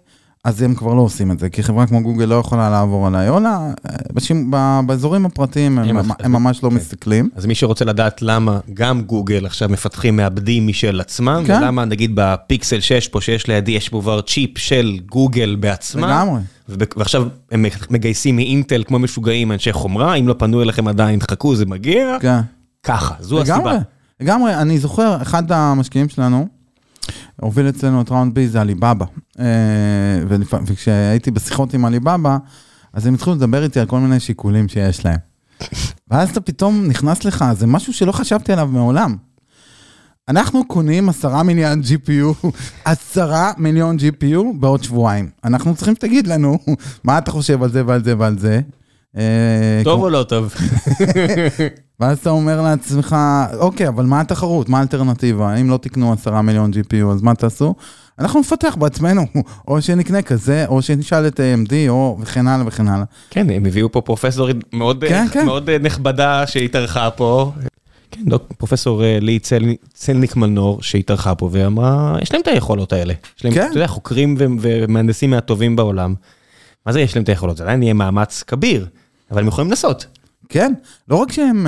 אז הם כבר לא עושים את זה, כי חברה כמו גוגל לא יכולה לעבור עליי, או באזורים הפרטיים הם ממש לא מסתכלים. אז מי שרוצה לדעת למה גם גוגל עכשיו מפתחים מאבדים משל עצמם, ולמה נגיד בפיקסל 6 פה שיש לידי, יש כבר צ'יפ של גוגל בעצמם. לגמרי. ועכשיו הם מגייסים מאינטל כמו משוגעים אנשי חומרה, אם לא פנו אליכם עדיין, חכו, זה מגיע. ככה, זו הסיבה. לגמרי, אני זוכר, אחד המשקיעים שלנו, הוביל אצלנו את ראונד בי, זה עליבאבא. וכשהייתי בשיחות עם עליבאבא, אז הם התחילו לדבר איתי על כל מיני שיקולים שיש להם. ואז אתה פתאום נכנס לך, זה משהו שלא חשבתי עליו מעולם. אנחנו קונים 10 מיליון GPU, 10 מיליון GPU בעוד שבועיים. אנחנו צריכים שתגיד לנו, מה אתה חושב על זה ועל זה ועל זה? טוב או לא טוב? ואז אתה אומר לעצמך, אוקיי, אבל מה התחרות? מה האלטרנטיבה? אם לא תקנו 10 מיליון GPU, אז מה תעשו? אנחנו נפתח בעצמנו, או שנקנה כזה, או שנשאל את AMD, או וכן הלאה וכן הלאה. כן, הם הביאו פה פרופסורית מאוד נכבדה שהתארחה פה. כן, פרופסור לי צלניק מלנור שהתארחה פה, ואמרה, יש להם את היכולות האלה. יש להם, אתה יודע, חוקרים ומהנדסים מהטובים בעולם. מה זה יש להם את היכולות? זה עדיין יהיה מאמץ כביר, אבל הם יכולים לנסות. כן, לא רק שהם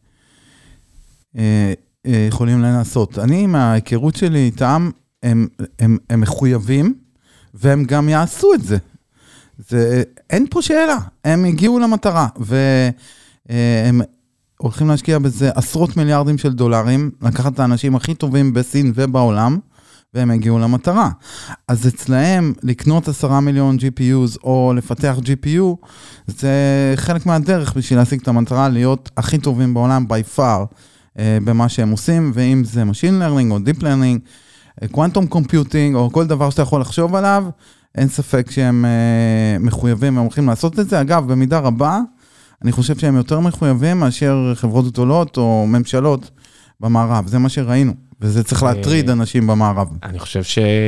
יכולים לנסות. אני, עם ההיכרות שלי איתם, הם מחויבים, והם גם יעשו את זה. אין פה שאלה. הם הגיעו למטרה, והם הולכים להשקיע בזה עשרות מיליארדים של דולרים, לקחת את האנשים הכי טובים בסין ובעולם, והם הגיעו למטרה. אז אצלהם, לקנות 10 מיליון GPUs או לפתח GPU, זה חלק מהדרך בשביל להשיג את המטרה, להיות הכי טובים בעולם by far במה שהם עושים, ואם זה Machine Learning או Deep Learning, Quantum Computing או כל דבר שאתה יכול לחשוב עליו, אין ספק שהם מחויבים, הם הולכים לעשות את זה. אגב, במידה רבה, אני חושב שהם יותר מחויבים מאשר חברות גדולות או ממשלות במערב. זה מה שראינו. וזה צריך להטריד אנשים במערב. אני חושב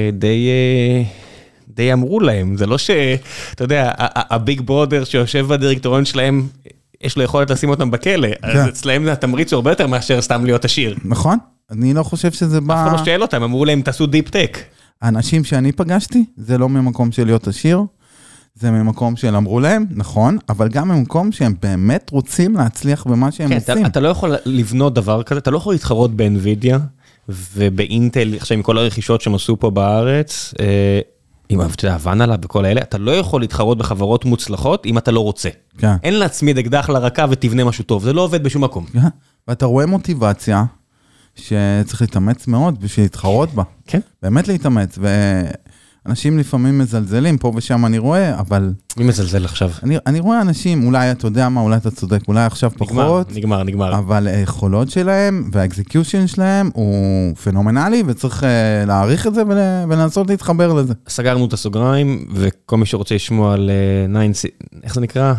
די אמרו להם, זה לא אתה יודע, הביג ברודר שיושב בדירקטוריון שלהם, יש לו יכולת לשים אותם בכלא, אז אצלהם זה התמריץ הרבה יותר מאשר סתם להיות עשיר. נכון, אני לא חושב שזה בא... אף אחד לא שאל אותם, אמרו להם, תעשו דיפ טק. האנשים שאני פגשתי, זה לא ממקום של להיות עשיר, זה ממקום של אמרו להם, נכון, אבל גם ממקום שהם באמת רוצים להצליח במה שהם עושים. אתה לא יכול לבנות דבר כזה, אתה לא יכול להתחרות באנווידיה, ובאינטל, עכשיו עם כל הרכישות שהם עשו פה בארץ, עם ההבנה לה בכל האלה, אתה לא יכול להתחרות בחברות מוצלחות אם אתה לא רוצה. אין להצמיד אקדח לרקה ותבנה משהו טוב, זה לא עובד בשום מקום. ואתה רואה מוטיבציה שצריך להתאמץ מאוד בשביל להתחרות בה. כן. באמת להתאמץ, אנשים לפעמים מזלזלים, פה ושם אני רואה, אבל... מי מזלזל עכשיו? אני רואה אנשים, אולי אתה יודע מה, אולי אתה צודק, אולי עכשיו פחות. נגמר. אבל היכולות שלהם והאקזקיושן שלהם הוא פנומנלי, וצריך להעריך את זה ולנסות להתחבר לזה. סגרנו את הסוגריים, וכל מי שרוצה לשמוע על 9, איך זה נקרא?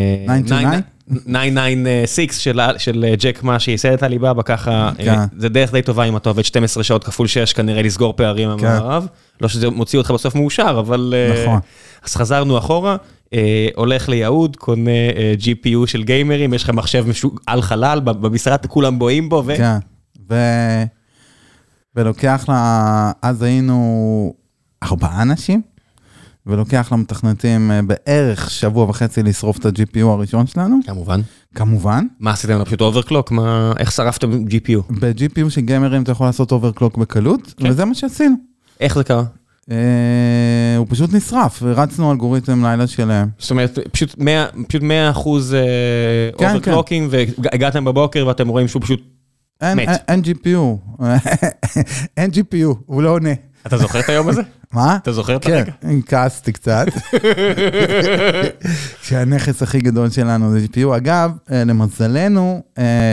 996 של ג'ק מה שייסד את עליבאבא, ככה, זה דרך די טובה אם אתה עובד 12 שעות כפול 6, כנראה לסגור פערים המערב, לא שזה מוציא אותך בסוף מאושר, אבל... נכון. אז חזרנו אחורה, הולך ליהוד, קונה GPU של גיימרים, יש לך מחשב על חלל, במשרד כולם בואים בו, כן, ולוקח לה, אז היינו 4 אנשים, ולוקח למתכנתים בערך שבוע וחצי לשרוף את ה-GPU הראשון שלנו. כמובן. מה עשיתם? פשוט אוברקלוק? איך שרפתם GPU? ב-GPU של גיימרים אתה יכול לעשות אוברקלוק בקלות, וזה מה שעשינו. איך זה קרה? הוא פשוט נשרף, ורצנו אלגוריתם לילה שלהם. זאת אומרת, פשוט 100% אוברקלוקינג, והגעתם בבוקר ואתם רואים שהוא פשוט מת. אין GPU. אין GPU, הוא לא עונה. אתה זוכר את היום הזה? מה? אתה זוכר את הרגע? כן, כעסתי קצת. שהנכס הכי גדול שלנו זה GPU. אגב, למזלנו,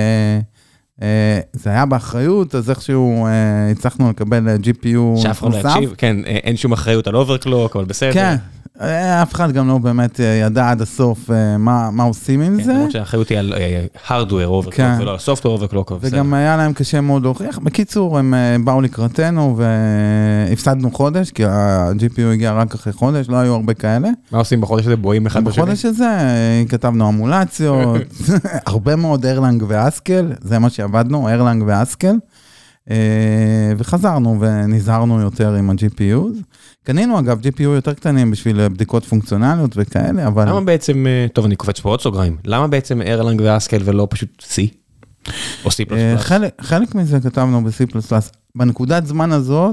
זה היה באחריות, אז איכשהו הצלחנו לקבל GPU נוסף. כן, אין שום אחריות על אוברקלוק, אבל בסדר. כן, אף אחד גם לא באמת ידע עד הסוף מה עושים עם זה. למרות שהאחריות היא על hardware אוברקלוק, ולא על software אוברקלוק. וגם היה להם קשה מאוד להוכיח. בקיצור, הם באו לקראתנו והפסדנו חודש, כי ה-GPU הגיע רק אחרי חודש, לא היו הרבה כאלה. מה עושים בחודש הזה? בואים אחד בשני? בחודש הזה כתבנו אמולציות, הרבה מאוד ארלנג ואסקל, זה מה שעבדנו, ארלנג ואסקל. וחזרנו ונזהרנו יותר עם ה-GPUs. קנינו אגב GPU יותר קטנים בשביל בדיקות פונקציונליות וכאלה, אבל... למה בעצם, טוב אני קופץ פה עוד סוגריים, למה בעצם ארלנג ואסקל ולא פשוט C? או C++? חלק מזה כתבנו ב-C++. בנקודת זמן הזאת,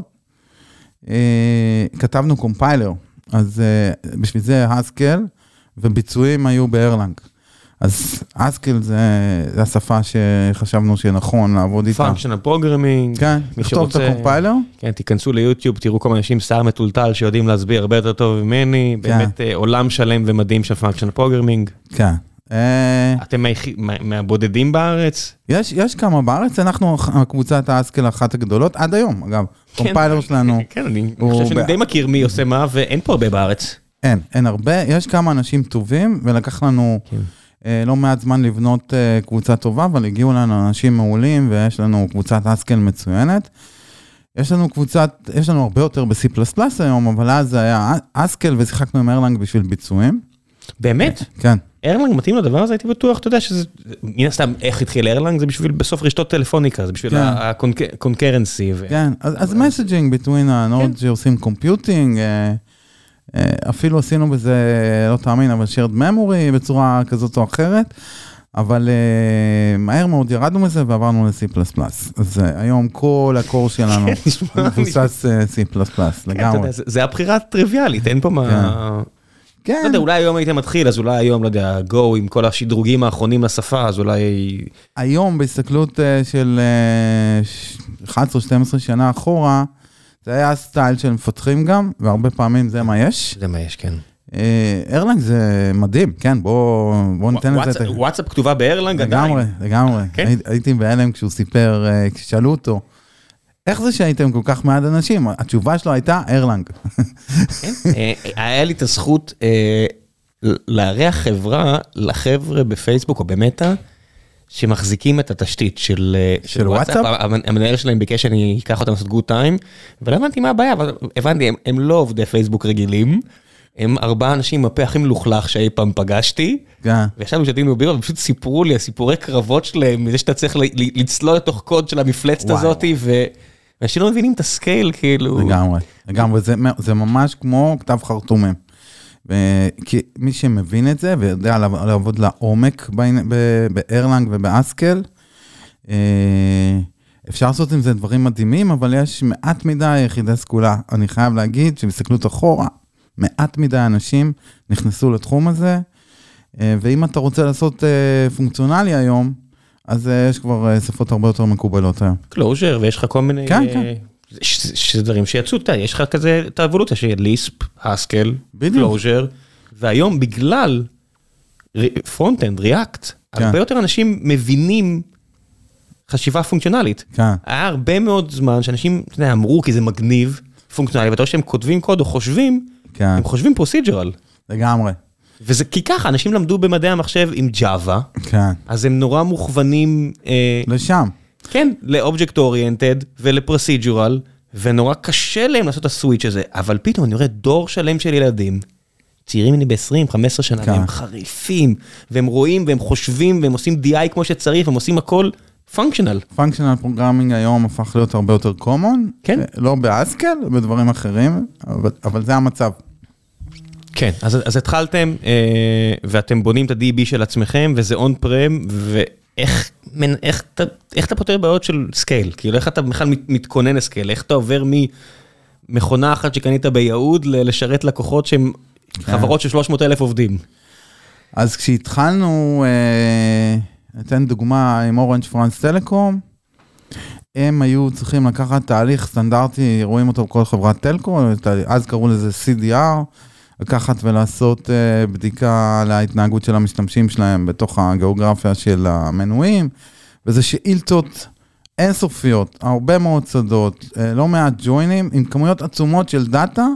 כתבנו קומפיילר, אז בשביל זה אסקל, וביצועים היו בארלנג. אז אסקל זה השפה שחשבנו שנכון לעבוד איתה. פונקשיונל פרוגרמינג. כן, לכתוב את הקומפיילר. כן, תיכנסו ליוטיוב, תראו כמה אנשים שיער מטולטל שיודעים להסביר הרבה יותר טוב ממני, באמת עולם שלם ומדהים של פונקשיונל פרוגרמינג. כן. אתם מהבודדים בארץ? יש כמה בארץ, אנחנו קבוצת האסקל אחת הגדולות, עד היום, אגב. קומפיילר שלנו. כן, אני חושב שאני די מכיר מי עושה מה, ואין פה הרבה בארץ. אין הרבה, יש כמה אנשים טובים, ולקח לנו לא מעט זמן לבנות קבוצה טובה, אבל הגיעו לנו אנשים מעולים, ויש לנו קבוצת אסקל מצוינת. יש לנו הרבה יותר ב-C++ היום, אבל אז זה היה אסקל, ושיחקנו עם ארלנג בשביל ביצועים. באמת? כן. ארלנג מתאים לדבר הזה, הייתי בטוח, אתה יודע שזה, מן הסתם, איך התחיל ארלנג, זה בשביל בסוף רשתות טלפוניקה, זה בשביל הקונקרנסי. כן, אז messaging between ה-nodes שעושים computing, אפילו עשינו בזה, לא תאמין, אבל shared memory בצורה כזאת או אחרת, אבל מהר מאוד ירדנו מזה ועברנו ל-C++. אז היום כל הקור שלנו מבוסס C++, לגמרי. זה הבחירה טריוויאלית, אין פה מה... כן. לא יודע, אולי היום הייתם מתחיל, אז אולי היום, לא יודע, Go עם כל השדרוגים האחרונים לשפה, אז אולי... היום, בהסתכלות של 11 או 12 שנה אחורה, זה היה סטייל של מפתחים גם, והרבה פעמים זה מה יש. זה מה יש, כן. ארלנג זה מדהים, כן, בוא ניתן את זה. וואטסאפ כתובה בארלנג עדיין. לגמרי. הייתי בהלם כשהוא סיפר, כששאלו אותו, איך זה שהייתם כל כך מעט אנשים? התשובה שלו הייתה ארלנג. היה לי את הזכות לארח חברה לחבר'ה בפייסבוק או במטה, שמחזיקים את התשתית של וואטסאפ. המנהל שלהם ביקש שאני אקח אותם לעשות גוד טיים, ולא הבנתי מה הבעיה, אבל הבנתי, הם לא עובדי פייסבוק רגילים, הם 4 אנשים הפה הכי מלוכלך שאי פעם פגשתי, וישבנו שתינו בירה, ופשוט סיפרו לי, הסיפורי קרבות שלהם, מזה שאתה צריך לצלול לתוך קוד של המפלצת הזאת, ואנשים לא מבינים את הסקייל, כאילו... לגמרי, זה ממש כמו כתב חרטומים. כי מי שמבין את זה, ויודע לעבוד לעומק בארלנג ובאסקל, אפשר לעשות עם זה דברים מדהימים, אבל יש מעט מדי יחידי סגולה. אני חייב להגיד שבסתכלות אחורה, מעט מדי אנשים נכנסו לתחום הזה, ואם אתה רוצה לעשות פונקציונלי היום, אז יש כבר שפות הרבה יותר מקובלות היום. קלוז'ר, ויש לך כל מיני... כן. שזה דברים שיצאו, יש לך כזה את האבולוציה של ליספ, הסקל, קלוז'ר, והיום בגלל פרונט-אנד, ריאקט, הרבה יותר אנשים מבינים חשיבה פונקציונלית. היה הרבה מאוד זמן שאנשים אמרו כי זה מגניב פונקציונלי, ואתה רואה שהם כותבים קוד או חושבים, הם חושבים פרוסיג'רל. לגמרי. וזה כי ככה, אנשים למדו במדעי המחשב עם ג'אווה, אז הם נורא מוכוונים... לשם. כן, ל-Object Oriented ול-Procedural, ונורא קשה להם לעשות את הסוויץ' הזה, אבל פתאום אני רואה דור שלם של ילדים, צעירים ממני ב-20, 15 שנה, והם חריפים, והם רואים, והם חושבים, והם עושים DI כמו שצריך, והם עושים הכל פונקשיונל. פונקשיונל פרוגרמינג היום הפך להיות הרבה יותר קומון, כן. לא באסקל, בדברים אחרים, אבל זה המצב. כן, אז התחלתם, ואתם בונים את ה-DB של עצמכם, וזה on-prem, איך אתה פותר בעיות של סקייל? כאילו, איך אתה בכלל מתכונן לסקייל? איך אתה עובר ממכונה אחת שקנית ביהוד לשרת לקוחות שהם חברות של 300,000 עובדים? אז כשהתחלנו, ניתן דוגמה עם אורנג' פרנס טלקום, הם היו צריכים לקחת תהליך סטנדרטי, רואים אותו בכל חברת טלקום, אז קראו לזה CDR, לקחת ולעשות בדיקה להתנהגות של המשתמשים שלהם בתוך הגיאוגרפיה של המנויים, וזה שאילתות אינסופיות, הרבה מאוד שדות, לא מעט ג'וינים, עם כמויות עצומות של דאטה,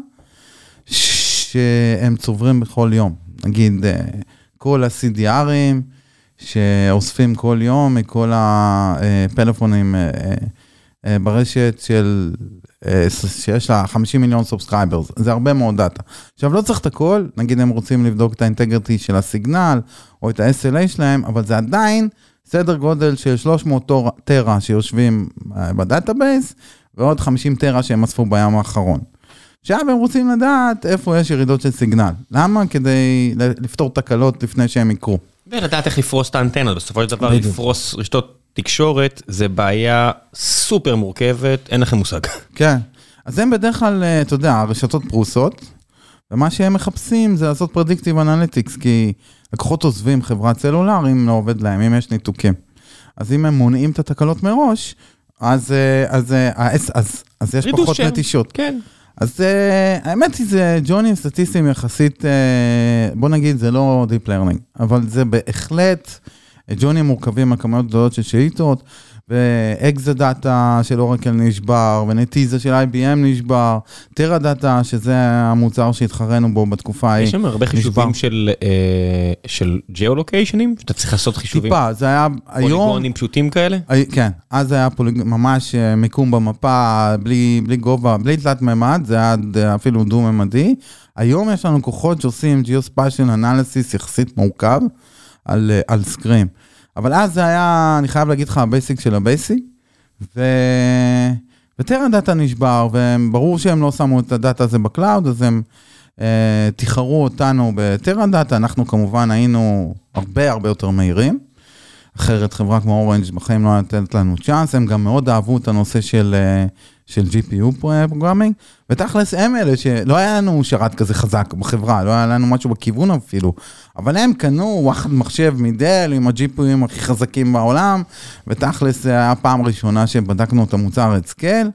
שהם צוברים בכל יום. נגיד, כל ה-CDRים, שאוספים כל יום, מכל הפלאפונים ברשת שיש לה 50 מיליון סובסקרייברס, זה הרבה מאוד דאטה. עכשיו לא צריך את הכל, נגיד הם רוצים לבדוק את האינטגריטי של הסיגנל, או את ה-SLA שלהם, אבל זה עדיין סדר גודל של 300 טרה שיושבים בדאטאבייס, ועוד 50 טרה שהם אספו ביום האחרון. עכשיו הם רוצים לדעת איפה יש ירידות של סיגנל. למה? כדי לפתור תקלות לפני שהם יקרו. ולדעת איך לפרוס את האנטנות, בסופו של דבר לפרוס רשתות תקשורת, זה בעיה סופר מורכבת, אין לכם מושג. כן, אז הם בדרך כלל, אתה יודע, הרשתות פרוסות, ומה שהם מחפשים זה לעשות פרדיקטיב אנליטיקס, כי לקוחות עוזבים חברת סלולר, אם לא עובד להם, אם יש ניתוקים. אז אם הם מונעים את התקלות מראש, אז יש פחות נטישות. כן. אז האמת היא זה ג'ונים סטטיסטיים יחסית, בוא נגיד זה לא Deep Learning, אבל זה בהחלט ג'ונים מורכבים מהכמויות גדולות של שאיתות, ואקזה דאטה של אורקל נשבר, ונטיזה של IBM נשבר, טרה דאטה, שזה המוצר שהתחרנו בו בתקופה ההיא. יש שם הרבה חישובים של ג'אולוקיישנים, שאתה צריך לעשות חישובים. טיפה, זה היה היום... פוליגונים פשוטים כאלה? כן, אז זה היה ממש מיקום במפה, בלי גובה, בלי תלת ממד, זה היה אפילו דו-ממדי. היום יש לנו כוחות שעושים Geospatial Analysis יחסית מורכב על סקרים. אבל אז זה היה, אני חייב להגיד לך, הבייסיק של הבייסיק, וטרה דאטה נשבר, וברור שהם לא שמו את הדאטה הזה בקלאוד, אז הם תיחרו אותנו בטרה דאטה, אנחנו כמובן היינו הרבה יותר מהירים, אחרת חברה כמו אורנג' בחיים לא נתנת לנו צ'אנס, הם גם מאוד אהבו את הנושא של GPU פרוגרמינג, ותכלס הם אלה שלא היה לנו שרת כזה חזק בחברה, לא היה לנו משהו בכיוון אפילו, אבל הם קנו וואחד מחשב מדל עם ה-GPUים הכי חזקים בעולם, ותכלס זה היה הפעם הראשונה שבדקנו את המוצר את סקייל,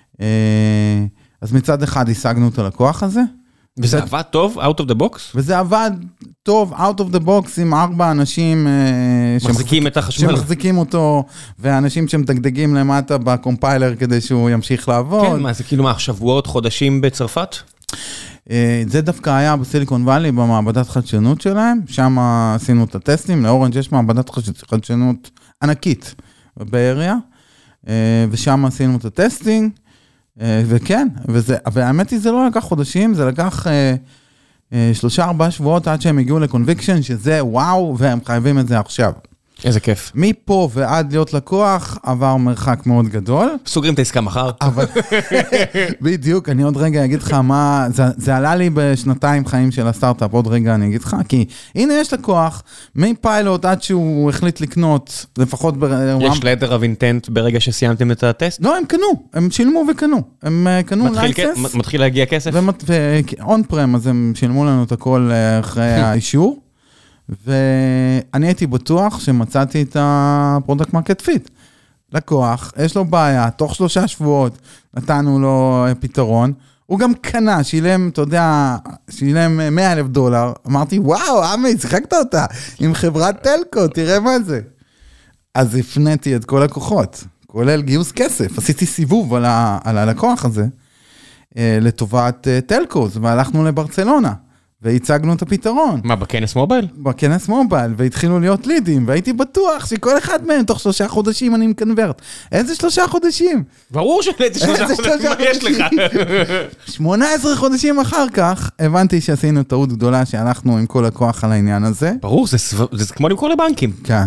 אז מצד אחד השגנו את הלקוח הזה, וזה עבד טוב, out of the box? וזה עבד טוב, out of the box, עם 4 אנשים מחזיקים את החשמל. שמחזיקים אותו, ואנשים שמדגדגים למטה בקומפיילר כדי שהוא ימשיך לעבוד. כן, מה, זה כאילו מה, שבועות, חודשים בצרפת? זה דווקא היה בסיליקון וואלי, במעבדת חדשנות שלהם, שם עשינו את הטסטים, לאורנג' יש מעבדת חדשנות ענקית באריה, ושם עשינו את הטסטינג, וכן, והאמת היא זה לא לקח חודשים, זה לקח 3-4 שבועות עד שהם הגיעו לקונביקשן, שזה וואו, והם חייבים את זה עכשיו. איזה כיף. מפה ועד להיות לקוח, עבר מרחק מאוד גדול. סוגרים את העסקה מחר. אבל, בדיוק, אני עוד רגע אגיד לך מה, זה עלה לי בשנתיים חיים של הסטארט-אפ, עוד רגע אני אגיד לך, כי הנה יש לקוח, מפיילוט עד שהוא החליט לקנות, לפחות... יש letter of intent ברגע שסיימתם את הטסט? לא, הם קנו, הם שילמו וקנו. הם קנו לייסנס. מתחיל להגיע כסף? ו-on-prem, אז הם שילמו לנו את הכל אחרי האישור. ואני הייתי בטוח שמצאתי את הפרודקט מרקט פיט. לקוח, יש לו בעיה, תוך 3 שבועות נתנו לו פתרון, הוא גם קנה, שילם, אתה יודע, שילם $100,000, אמרתי, וואו, עמי, צחקת אותה, עם חברת טלקו, תראה מה זה. אז הפניתי את כל לקוחות, כולל גיוס כסף, עשיתי סיבוב על הלקוח הזה, לטובת טלקו, והלכנו לברצלונה. והצגנו את הפתרון. מה, בכנס מובייל? בכנס מובייל, והתחילו להיות לידים, והייתי בטוח שכל אחד מהם, תוך 3 חודשים אני מקנברט. איזה 3 חודשים? ברור שאיזה 3 חודשים, מה יש לך? 18 חודשים אחר כך, הבנתי שעשינו טעות גדולה, שהלכנו עם כל הכוח על העניין הזה. ברור, זה כמו למכור לבנקים. כן.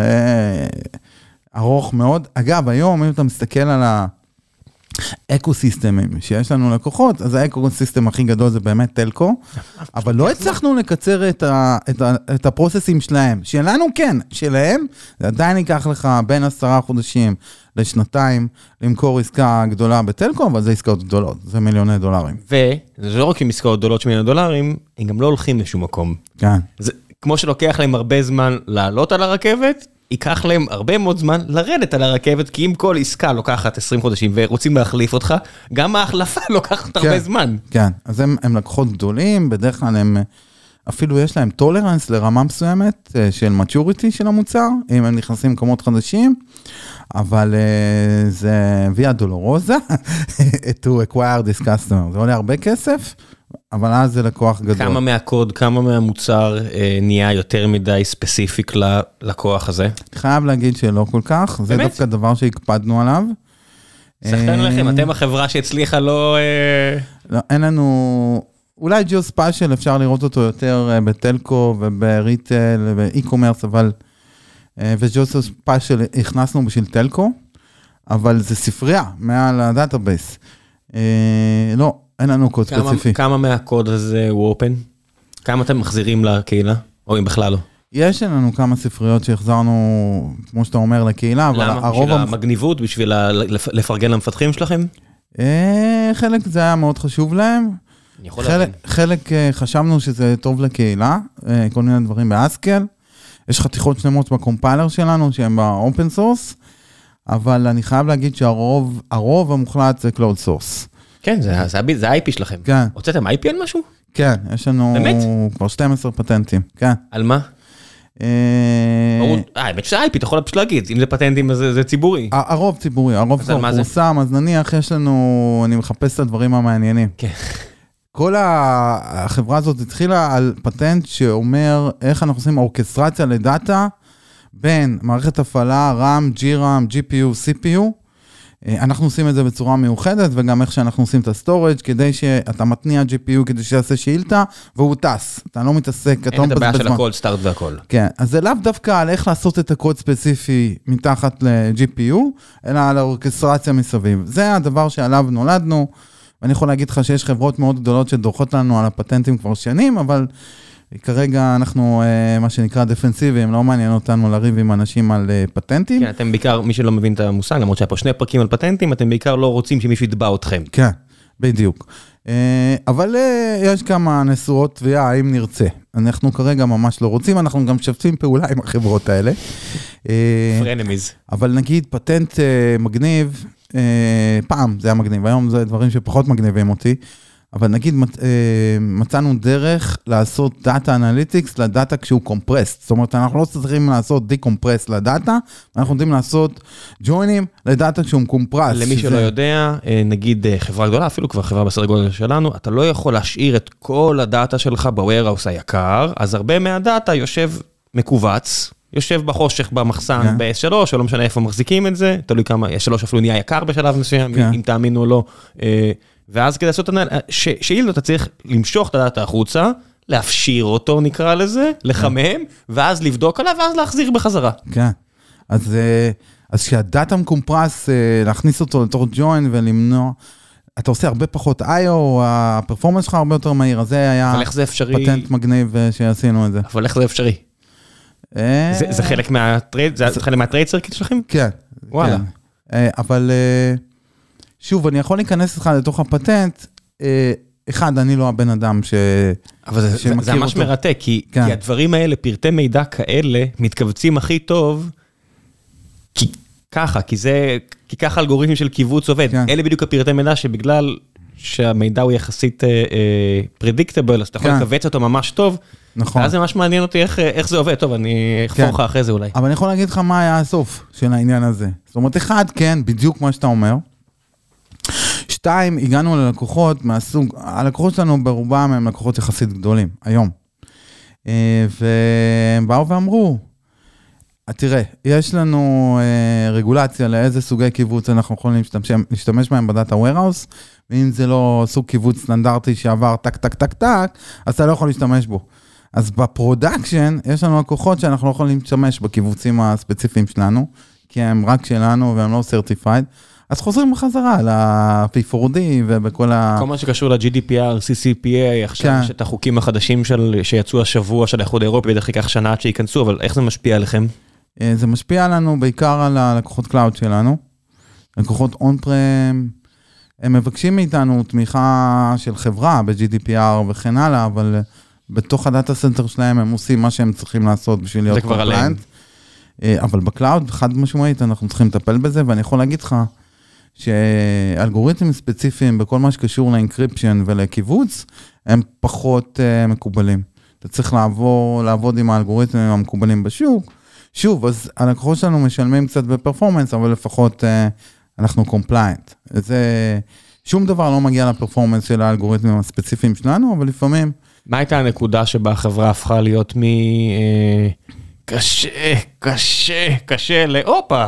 ארוך מאוד. אגב, היום, אם אתה מסתכל על אקוסיסטמים שיש לנו לקוחות, אז האקוסיסטם הכי גדול זה באמת טלקו, אבל לא הצלחנו לקצר את הפרוססים שלהם. שלנו כן, שלהם, זה עדיין ייקח לך בין 10 חודשים לשנתיים למכור עסקה גדולה בטלקו, אבל זה עסקאות גדולות, זה מיליוני דולרים. וזה לא רק עם עסקאות גדולות של מיליוני דולרים, הם גם לא הולכים לשום מקום. כן. זה כמו שלוקח להם הרבה זמן לעלות על הרכבת, ייקח להם הרבה מאוד זמן לרדת על הרכבת, כי אם כל עסקה לוקחת 20 חודשים ורוצים להחליף אותך, גם ההחלפה לוקחת הרבה זמן. כן, אז הם לקוחות גדולים, בדרך כלל הם, אפילו יש להם טולרנס לרמה מסוימת של maturity של המוצר, אם הם נכנסים למקומות חדשים, אבל זה ויה דולורוזה, to acquire this customer, זה עולה הרבה כסף, אבל אז זה לקוח גדול. כמה מהקוד, כמה מהמוצר נהיה יותר מדי ספציפיק ללקוח הזה? חייב להגיד שלא כל כך, זה דווקא דבר שהקפדנו עליו. סחטן לכם, אתם החברה שהצליחה לא... לא, אין לנו... אולי ג'יוספאשל אפשר לראות אותו יותר בטלקו ובריטל ובאי-קומרס, אבל... וג'יוספאשל הכנסנו בשביל טלקו, אבל זה ספרייה מעל הדאטאבייס. לא, אין לנו קוד ספציפי. כמה מהקוד הזה הוא אופן? כמה אתם מחזירים לקהילה? או אם בכלל לא? יש לנו כמה ספריות שהחזרנו, כמו שאתה אומר, לקהילה, אבל הרוב... בשביל המגניבות, בשביל לפרגן למפתחים שלכם? חלק זה היה מאוד חשוב להם. חלק חשבנו שזה טוב לקהילה, כל מיני דברים באסקל. יש חתיכות שלמות בקומפיילר שלנו, שהם באופן סורס, אבל אני חייב להגיד שהרוב המוחלט זה קלאוד סורס. כן, זה ה-IP שלכם. כן. הוצאתם IP על משהו? כן, יש לנו באמת? כבר 12 פטנטים, כן. על מה? האמת שזה IP, אתה יכול פשוט להגיד, אם זה פטנטים אז זה ציבורי. הרוב ציבורי, הרוב כבר פורסם, אז נניח יש לנו, אני מחפש את הדברים המעניינים. כן. כל החברה הזאת התחילה על פטנט שאומר איך אנחנו עושים אורקסטרציה לדאטה, בין מערכת הפעלה, RAM, GRAM, GPU, CPU, אנחנו עושים את זה בצורה מיוחדת, וגם איך שאנחנו עושים את הסטורג' כדי שאתה מתניע GPU כדי שיעשה שאילתה, והוא טס, אתה לא מתעסק, אין את הבעיה של הכל, סטארט והכל. כן, אז זה לאו דווקא על איך לעשות את הקוד ספציפי מתחת ל-GPU, אלא על האורקסטרציה מסביב. זה הדבר שעליו נולדנו, ואני יכול להגיד לך שיש חברות מאוד גדולות שדורכות לנו על הפטנטים כבר שנים, אבל כרגע אנחנו, מה שנקרא דפנסיביים, לא מעניין אותנו לריב עם אנשים על פטנטים. כן, אתם בעיקר, מי שלא מבין את המושג, למרות שהיה פה 2 פרקים על פטנטים, אתם בעיקר לא רוצים שמישהו יתבע אתכם. כן, בדיוק. אבל יש כמה נשואות תביעה, האם נרצה. אנחנו כרגע ממש לא רוצים, אנחנו גם שפצים פעולה עם החברות האלה. פרנמיז. אבל נגיד פטנט מגניב, פעם זה היה מגניב, היום זה דברים שפחות מגניבים אותי, אבל נגיד מצאנו דרך לעשות דאטה אנליטיקס לדאטה כשהוא קומפרסט, זאת אומרת אנחנו לא צריכים לעשות דיקומפרס לדאטה, אנחנו יודעים לעשות ג'וינים לדאטה כשהוא קומפרס. למי שלא יודע, נגיד חברה גדולה, אפילו כבר חברה בסדר גודל שלנו, אתה לא יכול להשאיר את כל הדאטה שלך בווירהאוס היקר, אז הרבה מהדאטה יושב מקובץ, יושב בחושך במחסן ב-S3, או לא משנה איפה מחזיקים את זה, תלוי כמה, S3 אפילו נהיה יקר בשלב מסוים, אם תאמינו או לא, ואז כדי לעשות שאילתא, אתה צריך למשוך את הדאטה החוצה, להפשיר אותו נקרא לזה, לחמם, ואז לבדוק עליו, ואז להחזיר בחזרה. כן, אז כשהדאטה מקומפרס, להכניס אותו לתוך ג'וין ולמנוע, אתה עושה הרבה פחות I.O., הפרפורמנס שלך הרבה יותר מהיר, אז זה היה פטנט מגניב שעשינו את זה. אבל איך זה אפשרי? זה חלק מהטרייד סרקיט שלכם? כן. וואלה. אבל שוב, אני יכול להיכנס לך לתוך הפטנט, אחד, אני לא הבן אדם שמכיר אותו. אבל זה ממש מרתק, כי הדברים האלה, פרטי מידע כאלה, מתכווצים הכי טוב, כי ככה אלגוריתמים של קיבוץ עובד. אלה בדיוק הפרטי מידע שבגלל שהמידע הוא יחסית predictable, אז אתה יכול לקבץ אותו ממש טוב, נכון. ואז זה ממש מעניין אותי איך זה עובד. טוב, אני אחפור לך אחרי זה אולי. אבל אני יכול להגיד לך מה היה הסוף של העניין הזה. זאת אומרת, אחד, כן, בדיוק מה שאתה אומר. 2, הגענו ללקוחות מהסוג, הלקוחות שלנו ברובם הם לקוחות יחסית גדולים, היום. והם באו ואמרו, תראה, יש לנו רגולציה לאיזה סוגי קיבוץ אנחנו יכולים להשתמש בהם בדאטה warehouse, ואם זה לא סוג קיבוץ סטנדרטי שעבר טק, טק, טק, טק, אז אתה לא יכול להשתמש בו. אז בפרודקשן, יש לנו לקוחות שאנחנו לא יכולים להשתמש בקיבוצים הספציפיים שלנו, כי הם רק שלנו והם לא certified, אז חוזרים בחזרה ל-P4D ובכל כל מה שקשור ל-GDPR, CCPA, עכשיו יש את החוקים החדשים שיצאו השבוע של האיחוד האירופי, בדרך כלל שנה עד שיכנסו, אבל איך זה משפיע עליכם? זה משפיע עלינו בעיקר על הלקוחות קלאוד שלנו, לקוחות און-פרם, הם מבקשים מאיתנו תמיכה של חברה ב-GDPR וכן הלאה, אבל בתוך הדאטה סנטר שלהם הם עושים מה שהם צריכים לעשות בשביל להיות קומפליינט. אבל בקלאוד, חד משמעית, אנחנו צריכים לטפל בזה, ואני יכול להגיד לך, שאלגוריתמים ספציפיים בכל מה שקשור לאנקריפשן ולקיבוץ, הם פחות מקובלים. אתה צריך לעבוד עם האלגוריתמים המקובלים בשוק. שוב, אז הלקוחות שלנו משלמים קצת בפרפורמנס, אבל לפחות אנחנו קומפליינט. שום דבר לא מגיע לפרפורמנס של האלגוריתמים הספציפיים שלנו, אבל לפעמים... מה הייתה הנקודה שבה החברה הפכה להיות קשה לאופה?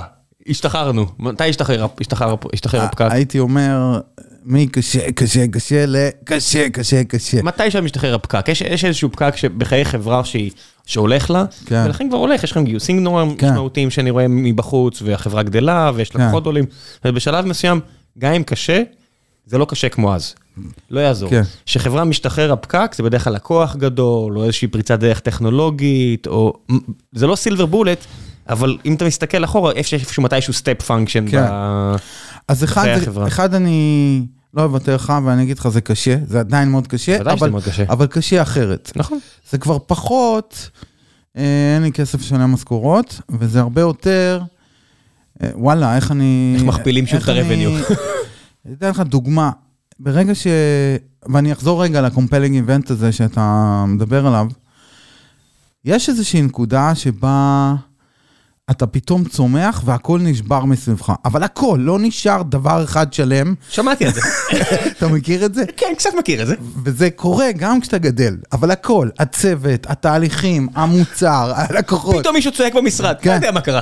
השתחררנו. מתי השתחרר הפקק? הייתי אומר, מקשה, קשה, קשה, לקשה, קשה, קשה. מתי שם משתחרר הפקק? יש איזשהו פקק שבחיי חברה שהולך לה, ולכן כבר הולך, יש לכם גיוסים נורא משמעותיים שאני רואה מבחוץ, והחברה גדלה, ויש לה פחות עולים, ובשלב מסוים, גם אם קשה, זה לא קשה כמו אז. לא יעזור. שחברה משתחרר הפקק, זה בדרך כלל לקוח גדול, או איזושהי פריצת דרך טכנולוגית, או... זה לא סילבר בולט, אבל אם אתה מסתכל אחורה, איפשהו מתישהו סטפ פונקשן אז אחד אני לא אוותר לך, ואני אגיד לך, זה קשה, זה עדיין מאוד קשה, אבל קשה אחרת. נכון. זה כבר פחות, אין לי כסף לשלם משכורות, וזה הרבה יותר, וואלה, איך מכפילים שוב את הרבניו? אני אתן לך דוגמה, ברגע ואני אחזור רגע לקומפלינג איבנט הזה שאתה מדבר עליו, יש איזושהי נקודה שבה אתה פתאום צומח והכל נשבר מסביבך, אבל הכל, לא נשאר דבר אחד שלם. שמעתי את זה. אתה מכיר את זה? כן, קצת מכיר את זה. וזה קורה גם כשאתה גדל, אבל הכל, הצוות, התהליכים, המוצר, הלקוחות. פתאום מישהו צועק במשרד, לא יודע מה קרה.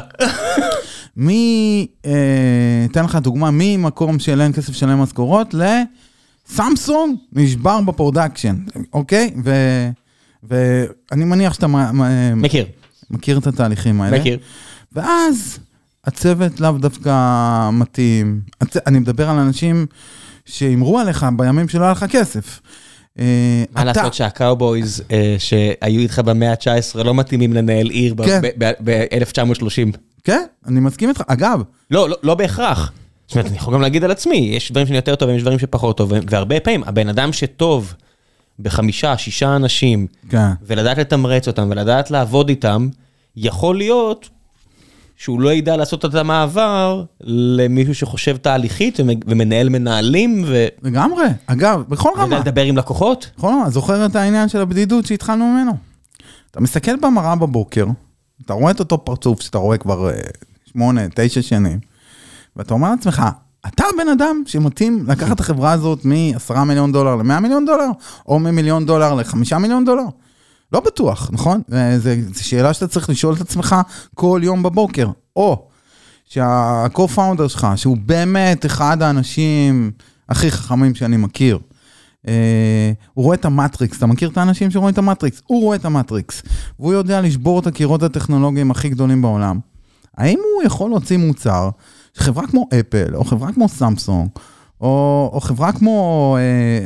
אתן לך דוגמה, ממקום של אין כסף שלם משכורות, לסמסונג נשבר בפרודקשן, אוקיי? ואני מניח שאתה מכיר את התהליכים האלה. מכיר. ואז הצוות לאו דווקא מתאים. אני מדבר על אנשים שאמרו עליך בימים שלא היה לך כסף. מה לעשות שהקאובויז שהיו איתך במאה ה-19 לא מתאימים לנהל עיר ב-1930. כן, אני מסכים איתך. אגב. לא בהכרח. זאת אומרת, אני יכול גם להגיד על עצמי, יש דברים שאני יותר טוב, יש דברים שפחות טוב, והרבה פעמים, הבן אדם שטוב ב5, 6 אנשים, ולדעת לתמרץ אותם, ולדעת לעבוד איתם, יכול להיות שהוא לא ידע לעשות את המעבר למישהו שחושב תהליכית, ומנהל מנהלים, לגמרי, אגב, בכל רמה. וידע לדבר עם לקוחות. בכל רמה, זוכר את העניין של הבדידות שהתחלנו ממנו. אתה מסתכל במראה בבוקר, אתה רואה את אותו פרצוף שאתה רואה כבר 8, 9 שנים, ואתה אומר לעצמך, אתה בן אדם שמתאים לקחת את החברה הזאת מ$10 מיליון ל$100 מיליון, או מ$1 מיליון ל$5 מיליון? לא בטוח, נכון? זו שאלה שאתה צריך לשאול את עצמך כל יום בבוקר. או שה-co-founder שלך, שהוא באמת אחד האנשים הכי חכמים שאני מכיר, הוא רואה את המטריקס, אתה מכיר את האנשים שרואים את המטריקס? הוא רואה את המטריקס, והוא יודע לשבור את הקירות הטכנולוגיים הכי גדולים בעולם. האם הוא יכול להוציא מוצר, חברה כמו אפל, או חברה כמו סמסונג, או חברה כמו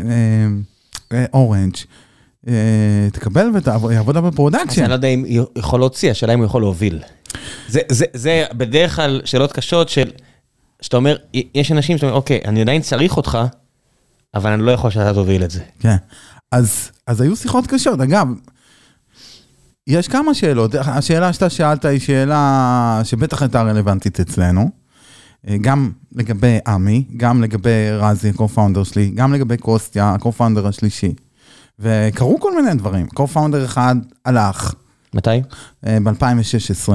אורנג', תקבל ויעבוד בפרודקשן. אז אני לא יודע אם יכול להוציא, השאלה אם הוא יכול להוביל. זה בדרך כלל שאלות קשות שאתה אומר, יש אנשים שאתה אומר, אוקיי, אני עדיין צריך אותך, אבל אני לא יכול שאתה תוביל את זה. כן, אז היו שיחות קשות. אגב, יש כמה שאלות. השאלה שאתה שאלת היא שאלה שבטח הייתה רלוונטית אצלנו, גם לגבי עמי, גם לגבי רזי, הקו-פאונדר שלי, גם לגבי קוסטיה, הקו-פאונדר השלישי. וקרו כל מיני דברים. קו-פאונדר אחד הלך. מתי? ב-2016.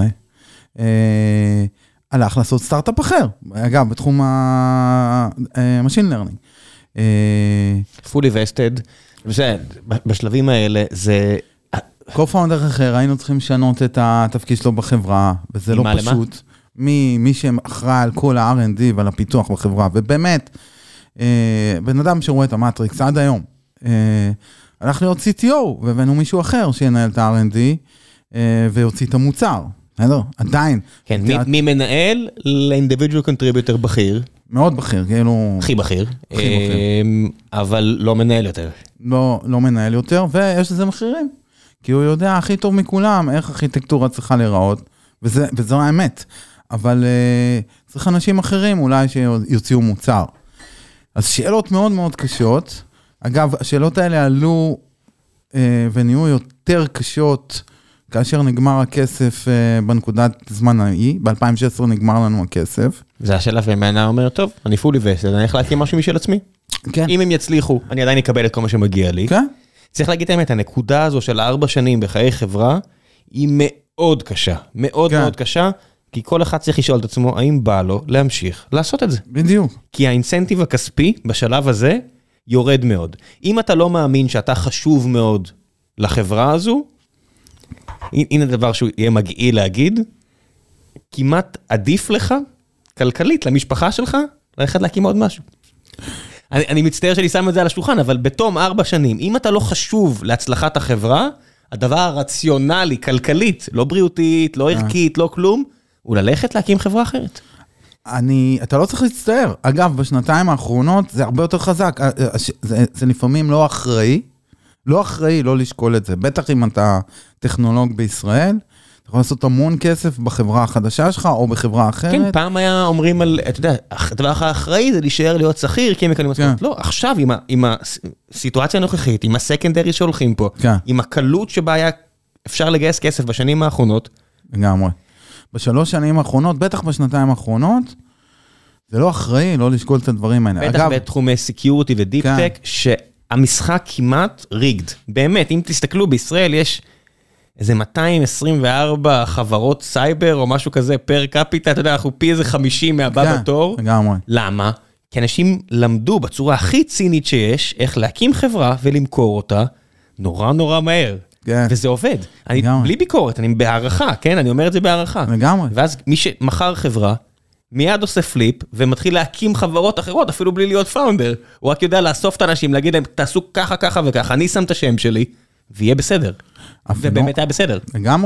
הלך לעשות סטארט-אפ אחר. אגב, בתחום ה-machine learning. fully vested. בשלבים האלה זה... קו-פאונדר אחר, היינו צריכים לשנות את התפקיד שלו בחברה, וזה לא פשוט. מי שאחראי על כל ה-R&D ועל הפיתוח בחברה, ובאמת, בן אדם שרואה את המטריקס עד היום, הלך להיות CTO, והבאנו מישהו אחר שינהל את ה-R&D, ויוציא את המוצר. עדיין. כן, מי מנהל ל-individual contributor בכיר? מאוד בכיר, כאילו... הכי בכיר. אבל לא מנהל יותר. לא מנהל יותר, ויש לזה מחירים. כי הוא יודע הכי טוב מכולם איך ארכיטקטורה צריכה להיראות, וזו האמת. אבל צריך אנשים אחרים אולי שיוציאו מוצר. אז שאלות מאוד מאוד קשות. אגב, השאלות האלה עלו ונהיו יותר קשות כאשר נגמר הכסף בנקודת זמן ההיא. ב-2016 נגמר לנו הכסף. זה השאלה ומענה אומר, טוב, אני fully vested, אני הולך להקים משהו משל עצמי. כן. אם הם יצליחו, אני עדיין אקבל את כל מה שמגיע לי. כן. צריך להגיד האמת, הנקודה הזו של 4 שנים בחיי חברה, היא מאוד קשה, מאוד מאוד קשה, כי כל אחד צריך לשאול את עצמו, האם בא לו להמשיך לעשות את זה. בדיוק. כי האינסנטיב הכספי בשלב הזה יורד מאוד. אם אתה לא מאמין שאתה חשוב מאוד לחברה הזו, הנה דבר שהוא יהיה מגעיל להגיד, כמעט עדיף לך כלכלית למשפחה שלך, ללכת להקים עוד משהו. אני מצטער שאני שם את זה על השולחן, אבל בתום 4 שנים, אם אתה לא חשוב להצלחת החברה, הדבר הרציונלי, כלכלית, לא בריאותית, לא ערכית, לא כלום, הוא ללכת להקים חברה אחרת. אתה לא צריך להצטער. אגב, בשנתיים האחרונות זה הרבה יותר חזק. זה לפעמים לא אחראי, לא לשקול את זה. בטח אם אתה טכנולוג בישראל, אתה יכול לעשות המון כסף בחברה החדשה שלך, או בחברה אחרת. כן, פעם היה אומרים על, אתה יודע, הדבר האחראי זה להישאר להיות שכיר, כי הם מקבלים משכורת. לא, עכשיו עם הסיטואציה הנוכחית, עם הסקנדרי שהולכים פה, עם הקלות שבה היה אפשר לגייס כסף בשנים האחרונות. לגמרי. ב3 שנים האחרונות, בטח בשנתיים האחרונות, זה לא אחראי, לא לשקול את הדברים האלה. בטח בתחומי סקיוריטי ודיפ-טק, שהמשחק כמעט ריגד. באמת, אם תסתכלו, בישראל יש איזה 224 חברות סייבר, או משהו כזה פר קפיטה, אתה יודע, אנחנו פי איזה 50 מהבא בתור. לגמרי. למה? כי אנשים למדו בצורה הכי צינית שיש, איך להקים חברה ולמכור אותה, נורא מהר. וזה עובד. אני בלי ביקורת, אני בהערכה, כן? אני אומר את זה בהערכה. לגמרי. ואז מי שמחר חברה, מיד עושה פליפ, ומתחיל להקים חברות אחרות, אפילו בלי להיות פאונדר. הוא רק יודע לאסוף את האנשים, להגיד להם, תעשו ככה וככה, אני שם את השם שלי, ויהיה בסדר. ובאמת היה בסדר. לגמרי,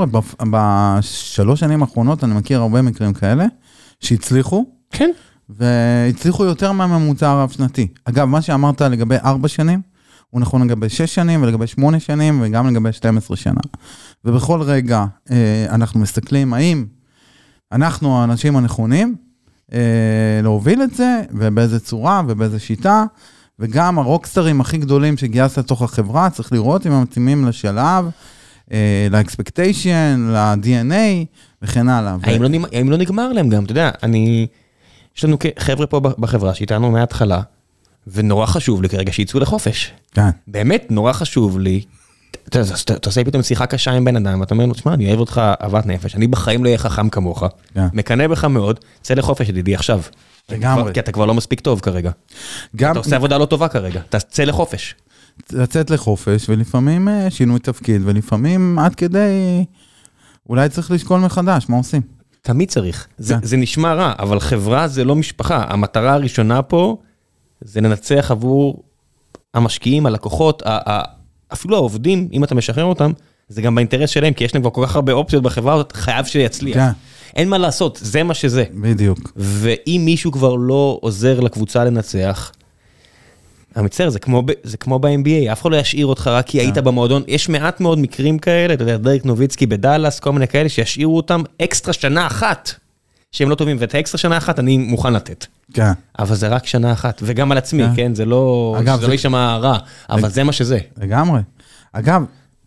ב3 שנים האחרונות, אני מכיר הרבה מקרים כאלה, שהצליחו. כן. והצליחו יותר מהממוצע הרב שנתי. אגב, מה שאמרת לגבי 4 שנים, הוא נכון לגבי 6 שנים, ולגבי 8 שנים, וגם לגבי 12 שנה. ובכל רגע, אנחנו מסתכלים, האם אנחנו האנשים הנכונים, להוביל את זה, ובאיזה צורה, ובאיזה שיטה, וגם הרוקסטרים הכי גדולים שגייסת לתוך החברה, צריך לראות אם הם מתאימים לשלב, לאקספקטיישן, ל-DNA, וכן הלאה. האם לא נגמר להם גם, אתה יודע, יש לנו חבר'ה פה בחברה שאיתנו מההתחלה, ונורא חשוב לי כרגע שיצאו לחופש. כן. באמת נורא חשוב לי, אתה עושה פתאום שיחה קשה עם בן אדם, ואתה אומר לו, תשמע, אני אוהב אותך אהבת נפש, אני בחיים לא אהיה חכם כמוך, מקנה בך מאוד, צא לחופש ידידי עכשיו. לגמרי. כי אתה כבר לא מספיק טוב כרגע. אתה עושה עבודה לא טובה כרגע, אתה צא לחופש. לצאת לחופש, ולפעמים שינוי תפקיד, ולפעמים עד כדי, אולי צריך לשקול מחדש, מה עושים? תמיד צריך. זה נשמע רע, אבל חברה זה לא משפחה. המטרה הראשונה פה, זה לנצח עבור המשקיעים, הלקוחות, אפילו העובדים, אם אתה משחרר אותם, זה גם באינטרס שלהם, כי יש להם כבר כל כך הרבה אופציות בחברה, חייב שיצליח. אין מה לעשות, זה מה שזה. בדיוק. ואם מישהו כבר לא עוזר לקבוצה לנצח, המצטער, זה כמו ב-NBA, אף אחד לא ישאיר אותך רק כי היית במועדון. יש מעט מאוד מקרים כאלה, אתה יודע, דיירק נוביצקי בדלס, כל מיני כאלה, שישאירו אותם אקסטרה שנה אחת, שהם לא טובים, ואת האקסטרה שנה אחת אני מוכן לתת. כן. אבל זה רק שנה אחת, וגם על עצמי, כן? זה לא יישמע רע, אבל זה מה שזה. לגמרי. אגב,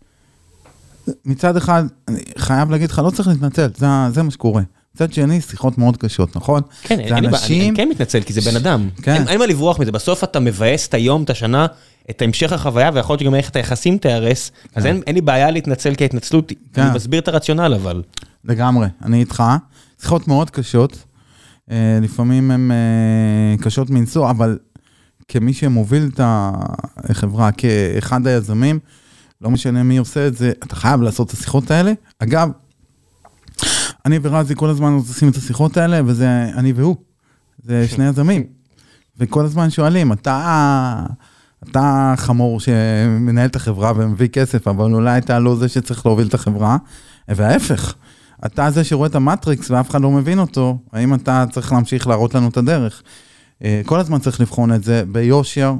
מצד אחד, אני חייב להגיד לך, לא צריך להתנצל, זה מה שקורה. מצד שני, שיחות מאוד קשות, נכון? כן, אני כן מתנצל, כי זה בן אדם. אין מה לברוח מזה, בסוף אתה מבאס את היום, את השנה, את המשך החוויה, ויכול להיות שגם איך את היחסים תארס, אז אין לי בעיה להתנצל כהתנצלות, אני מסביר את הרציונל, אבל. לגמרי, אני איתך. שיחות מאוד קשות, לפעמים הן קשות מנסוע, אבל כמי שמוביל את החברה, כאחד היזמים, לא משנה מי עושה את זה, אתה חייב לעשות את השיחות האלה. אגב, אני ורזי כל הזמן עושים את השיחות האלה, וזה אני והוא. זה שני יזמים. וכל הזמן שואלים, אתה חמור שמנהל את החברה ומביא כסף, אבל אולי אתה לא זה שצריך להוביל את החברה, וההפך. אתה זה שרואה את המטריקס ואף אחד לא מבין אותו, האם אתה צריך להמשיך להראות לנו את הדרך. כל הזמן צריך לבחון את זה ביושר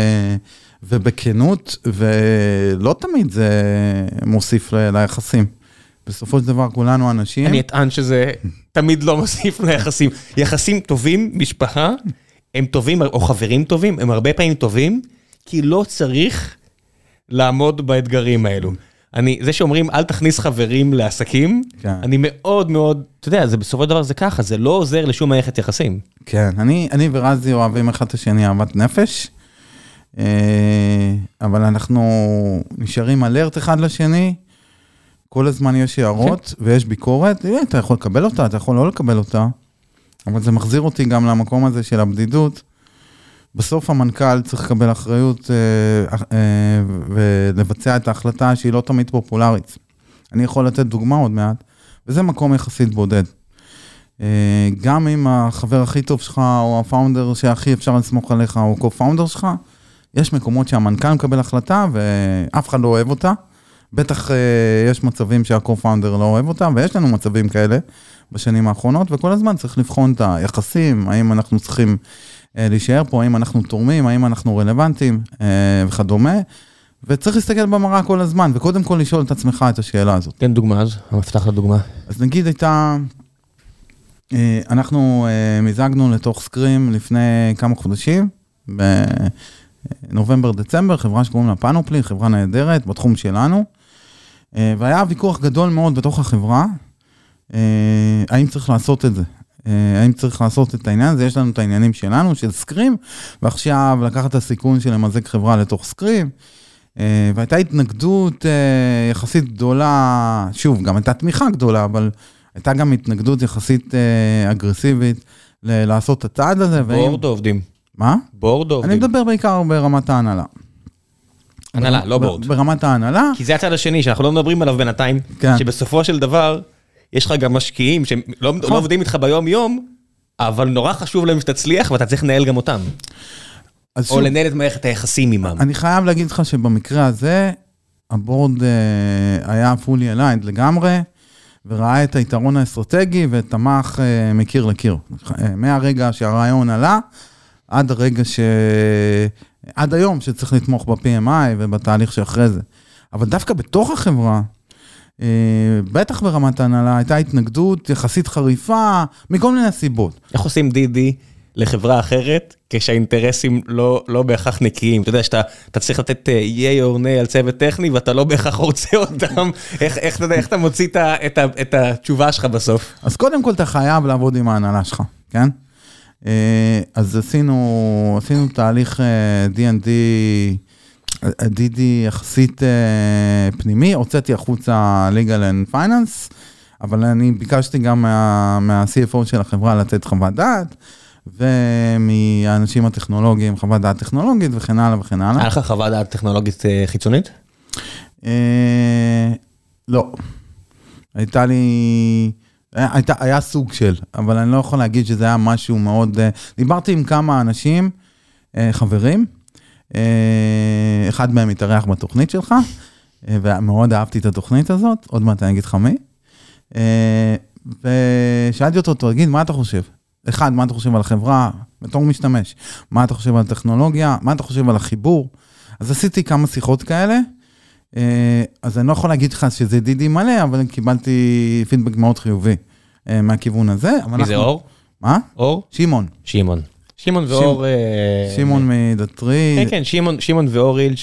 ובכנות, ולא תמיד זה מוסיף ליחסים. בסופו של דבר כולנו אנשים. אני אטען שזה תמיד לא מוסיף ליחסים. יחסים טובים, משפחה, הם טובים, או חברים טובים, הם הרבה פעמים טובים, כי לא צריך לעמוד באתגרים האלו. זה שאומרים, אל תכניס חברים לעסקים, אני מאוד מאוד, אתה יודע, בסופו של דבר זה ככה, זה לא עוזר לשום מערכת יחסים. כן, אני ורזי אוהבים אחד את השני אהבת נפש, אבל אנחנו נשארים אלרט אחד לשני, כל הזמן יש הערות ויש ביקורת, אתה יכול לקבל אותה, אתה יכול לא לקבל אותה, אבל זה מחזיר אותי גם למקום הזה של הבדידות. בסוף המנכ"ל צריך לקבל אחריות ולבצע את ההחלטה שהיא לא תמיד פופולרית. אני יכול לתת דוגמה עוד מעט, וזה מקום יחסית בודד. גם אם החבר הכי טוב שלך, או הפאונדר שהכי אפשר לסמוך עליך, או קו-פאונדר שלך, יש מקומות שהמנכ"ל מקבל החלטה, ואף אחד לא אוהב אותה. בטח יש מצבים שהקו-פאונדר לא אוהב אותה, ויש לנו מצבים כאלה בשנים האחרונות, וכל הזמן צריך לבחון את היחסים, האם אנחנו צריכים להישאר פה, האם אנחנו תורמים, האם אנחנו רלוונטיים וכדומה, וצריך להסתכל במראה כל הזמן, וקודם כל לשאול את עצמך את השאלה הזאת. תן דוגמה אז, המפתח לדוגמה. אז נגיד אנחנו מזגנו לתוך סקרים לפני כמה חודשים, בנובמבר דצמבר, חברה שקוראים לה פאנופלי, חברה נהדרת בתחום שלנו, והיה ויכוח גדול מאוד בתוך החברה, האם צריך לעשות את זה, האם צריך לעשות את העניין הזה, יש לנו את העניינים שלנו, של סקרים, ועכשיו לקחת את הסיכון של למזג חברה לתוך סקרים, והייתה התנגדות יחסית גדולה, שוב, גם הייתה תמיכה גדולה, אבל הייתה גם התנגדות יחסית אגרסיבית לעשות את הצעד הזה. בורד עובדים. מה? בורד עובדים. אני מדבר בעיקר ברמת ההנהלה. הנהלה, לא בורד. ברמת ההנהלה. כי זה הצד השני, שאנחנו לא מדברים עליו בינתיים, שבסופו של דבר, יש לך גם משקיעים שלא עובדים איתך ביום יום, אבל נורא חשוב להם שתצליח, ואתה צריך לנהל גם אותם. או לנהל את מערכת היחסים עימם. אני חייב להגיד לך שבמקרה הזה, הבורד היה fully aligned לגמרי, וראה את היתרון האסטרטגי, ותמך מקיר לקיר. מהרגע שהרעיון עלה, עד היום שצריך לתמוך ב-PMI ובתהליך שאחרי זה. אבל דווקא בתוך החברה, בטח ברמת ההנהלה, הייתה התנגדות יחסית חריפה, מכל מיני סיבות. איך עושים דידי לחברה אחרת, כשהאינטרסים לא בהכרח נקיים? אתה יודע שאתה צריך לתת יי או ני על צוות טכני, ואתה לא בהכרח רוצה אותם. איך אתה מוציא את התשובה שלך בסוף? אז קודם כל אתה חייב לעבוד עם ההנהלה שלך, כן? אז עשינו תהליך D&D יחסית פנימי, הוצאתי החוצה legal and finance, אבל אני ביקשתי גם מה-CFO של החברה לתת חוות דעת, ומהאנשים הטכנולוגיים חוות דעת טכנולוגית וכן הלאה וכן הלאה. היה לך חוות דעת טכנולוגית חיצונית? לא. היה סוג של, אבל אני לא יכול להגיד שזה היה משהו מאוד... דיברתי עם כמה אנשים, חברים, אחד מהם התארח בתוכנית שלך, ומאוד אהבתי את התוכנית הזאת, עוד מעט אני אגיד לך מי, ושאלתי אותו, תגיד, מה אתה חושב? אחד, מה אתה חושב על החברה, בתור משתמש? מה אתה חושב על הטכנולוגיה? מה אתה חושב על החיבור? אז עשיתי כמה שיחות כאלה, אז אני לא יכול להגיד לך שזה דידי מלא, אבל קיבלתי פידבק מאוד חיובי מהכיוון הזה. מי זה אור? מה? אור? שמעון. שמעון ואור... שמעון מדטרי. כן, שמעון ואור איל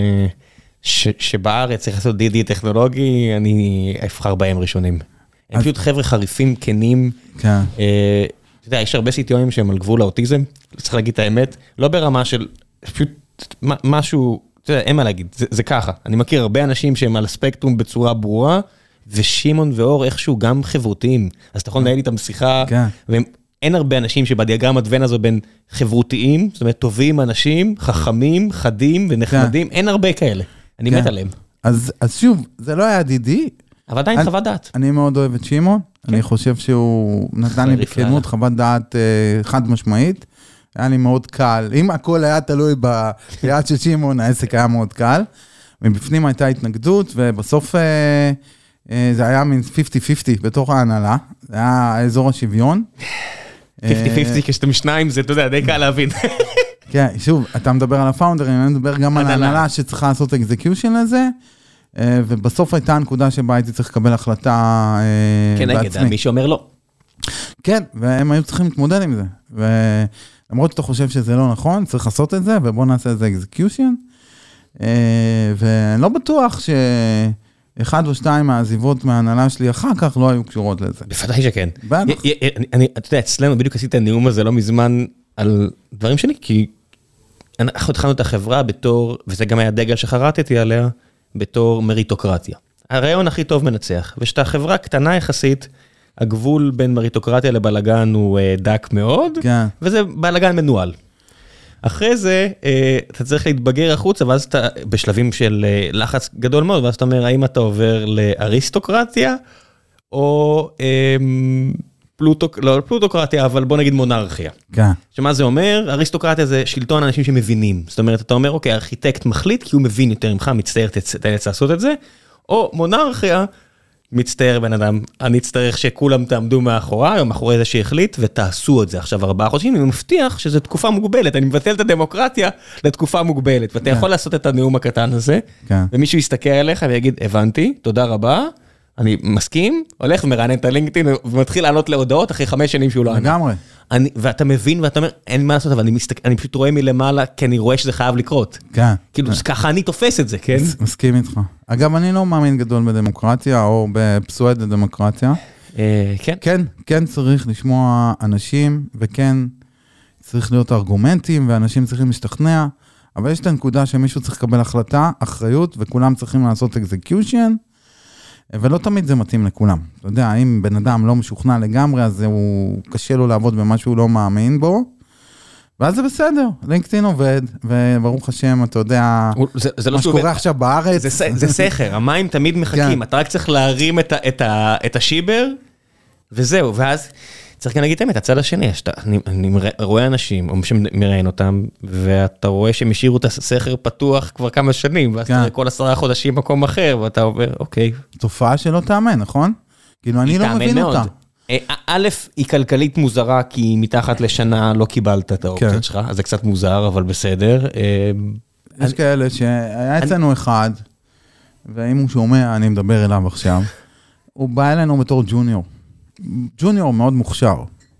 שבארץ צריך לעשות דידי טכנולוגי, אני אבחר בהם ראשונים. הם פשוט חבר'ה חריפים, כנים. כן. אתה יודע, יש הרבה סיטוארים שהם על גבול האוטיזם, צריך להגיד את האמת, לא ברמה של פשוט משהו... אתה יודע, אין מה להגיד, זה ככה. אני מכיר הרבה אנשים שהם על הספקטרום בצורה ברורה, ושימון ואור איכשהו גם חברותיים. אז אתה יכול לנהל איתם שיחה, ואין הרבה אנשים שבדיאגרמת ון הזו בין חברותיים, זאת אומרת, טובים אנשים, חכמים, חדים ונחמדים, אין הרבה כאלה. אני מת עליהם. אז שוב, זה לא היה דידי. אבל עדיין חוות דעת. אני מאוד אוהב את שימון, אני חושב שהוא נתן לי בכנות חוות דעת חד משמעית. היה לי מאוד קל, אם הכל היה תלוי ביד של שימון, העסק היה מאוד קל, מבפנים הייתה התנגדות, ובסוף זה היה מין 50-50 בתוך ההנהלה, זה היה אזור השוויון. 50-50 כשאתם שניים, זה, אתה יודע, די קל להבין. כן, שוב, אתה מדבר על הפאונדרים, אני מדבר גם על ההנהלה שצריכה לעשות אקזקיושן לזה, ובסוף הייתה הנקודה שבה הייתי צריך לקבל החלטה בעצמי. כן, נגד, מי שאומר לא. כן, והם היו צריכים להתמודד עם זה, למרות שאתה חושב שזה לא נכון, צריך לעשות את זה, ובוא נעשה את זה אקזקיושן, ואני לא בטוח שאחד או שתיים מהעזיבות מההנהלה שלי אחר כך לא היו קשורות לזה. בוודאי שכן. אתה יודע, אצלנו בדיוק עשית הנאום הזה לא מזמן על דברים שלי, כי אנחנו התחלנו את החברה בתור, וזה גם היה דגל שחרטתי עליה, בתור מריטוקרטיה. הרעיון הכי טוב מנצח, ושאתה חברה קטנה יחסית, הגבול בין מריטוקרטיה לבלגן הוא דק מאוד, וזה בלגן מנוהל. אחרי זה, אתה צריך להתבגר החוצה, ואז אתה בשלבים של לחץ גדול מאוד, ואז אתה אומר, האם אתה עובר לאריסטוקרטיה, או לא פלוטוקרטיה, אבל בוא נגיד מונרכיה. כן. שמה זה אומר? אריסטוקרטיה זה שלטון אנשים שמבינים. זאת אומרת, אתה אומר, אוקיי, הארכיטקט מחליט, כי הוא מבין יותר ממך, מצטער, תצטרך לעשות את זה, או מונרכיה, מצטער בן אדם, אני אצטרך שכולם תעמדו מאחוריי, או מאחורי זה שהחליט, ותעשו את זה עכשיו 4 חודשים, אני מבטיח שזו תקופה מוגבלת, אני מבטל את הדמוקרטיה לתקופה מוגבלת, ואתה יכול לעשות את הנאום הקטן הזה, ומישהו יסתכל עליך ויגיד, הבנתי, תודה רבה, אני מסכים, הולך ומרענן את הלינקדאין, ומתחיל לענות להודעות אחרי 5 שנים שהוא לא ענה. לגמרי. ואתה מבין, ואתה אומר, אין מה לעשות, אבל אני פשוט רואה מלמעלה, כי אני רואה שזה חייב לקרות. כן. כאילו, ככה אני תופס את זה, כן? מסכים איתך. אגב, אני לא מאמין גדול בדמוקרטיה, או בפסואד דמוקרטיה. כן. כן צריך לשמוע אנשים, וכן צריך להיות ארגומנטים, ואנשים צריכים להשתכנע, אבל יש את הנקודה שמישהו צריך לקבל החלטה, אחריות, וכולם צריכים לעשות execution, ולא תמיד זה מתאים לכולם. אתה יודע, אם בן אדם לא משוכנע לגמרי, אז הוא קשה לו לעבוד במה שהוא לא מאמין בו, ואז זה בסדר, לינקדאין עובד, וברוך השם, אתה יודע, מה שקורה עכשיו בארץ. זה סכר, המים תמיד מחכים, אתה רק צריך להרים את השיבר, וזהו, ואז צריך גם להגיד את הצד השני, אני רואה אנשים, או שמראיין אותם, ואתה רואה שהם השאירו את הסכר פתוח כבר כמה שנים, ואז אתה רואה כל 10 חודשים מקום אחר, ואתה עובר, אוקיי. תופעה שלא תאמן, נכון? כאילו, אני לא מבין אותה. א', היא כלכלית מוזרה, כי מתחת לשנה לא קיבלת את האופציות שלך, אז זה קצת מוזר, אבל בסדר. יש כאלה שהיה אצלנו אחד, ואם הוא שומע, אני מדבר אליו עכשיו, הוא בא אלינו בתור ג'וניור. ג'וניור מאוד מוכשר.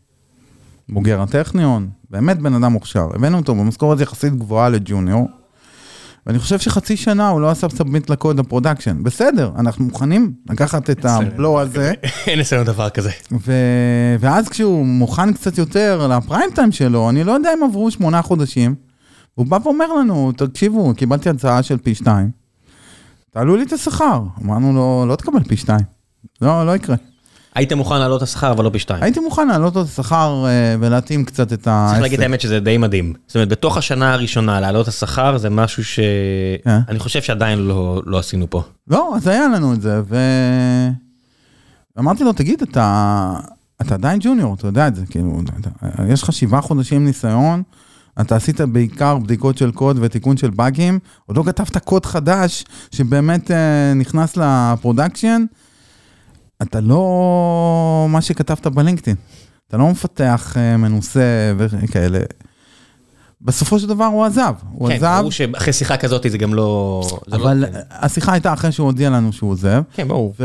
בוגר הטכניון, באמת בן אדם מוכשר. הבאנו אותו במשכורת יחסית גבוהה לג'וניור, ואני חושב שחצי שנה הוא לא עשה סאבמיט לקוד הפרודקשן. בסדר, אנחנו מוכנים לקחת את הבלו הזה. אין אצלנו דבר כזה. ואז כשהוא מוכן קצת יותר לפריים טיים שלו, אני לא יודע אם עברו 8 חודשים, הוא בא ואומר לנו, תקשיבו, קיבלתי הצעה של פי 2, תעלו לי את השכר. אמרנו לו, לא תקבל פי 2. לא יקרה. היית מוכן לעלות את השכר, אבל לא פי 2. הייתי מוכן לעלות את השכר ולהתאים קצת את העסק. צריך להגיד האמת שזה די מדהים. זאת אומרת, בתוך השנה הראשונה לעלות את השכר, זה משהו שאני חושב שעדיין לא עשינו פה. לא, אז היה לנו את זה, ואמרתי לו, תגיד, אתה עדיין ג'וניור, אתה יודע את זה, כאילו, יש לך 7 חודשים ניסיון, אתה עשית בעיקר בדיקות של קוד ותיקון של באגים, עוד לא כתבת קוד חדש, שבאמת נכנס לפרודקשן, אתה לא מה שכתבת בלינקדאין, אתה לא מפתח מנוסה וכאלה. בסופו של דבר הוא עזב. כן, ברור שאחרי שיחה כזאת זה גם לא... אבל השיחה הייתה אחרי שהוא הודיע לנו שהוא עוזב. כן, ברור.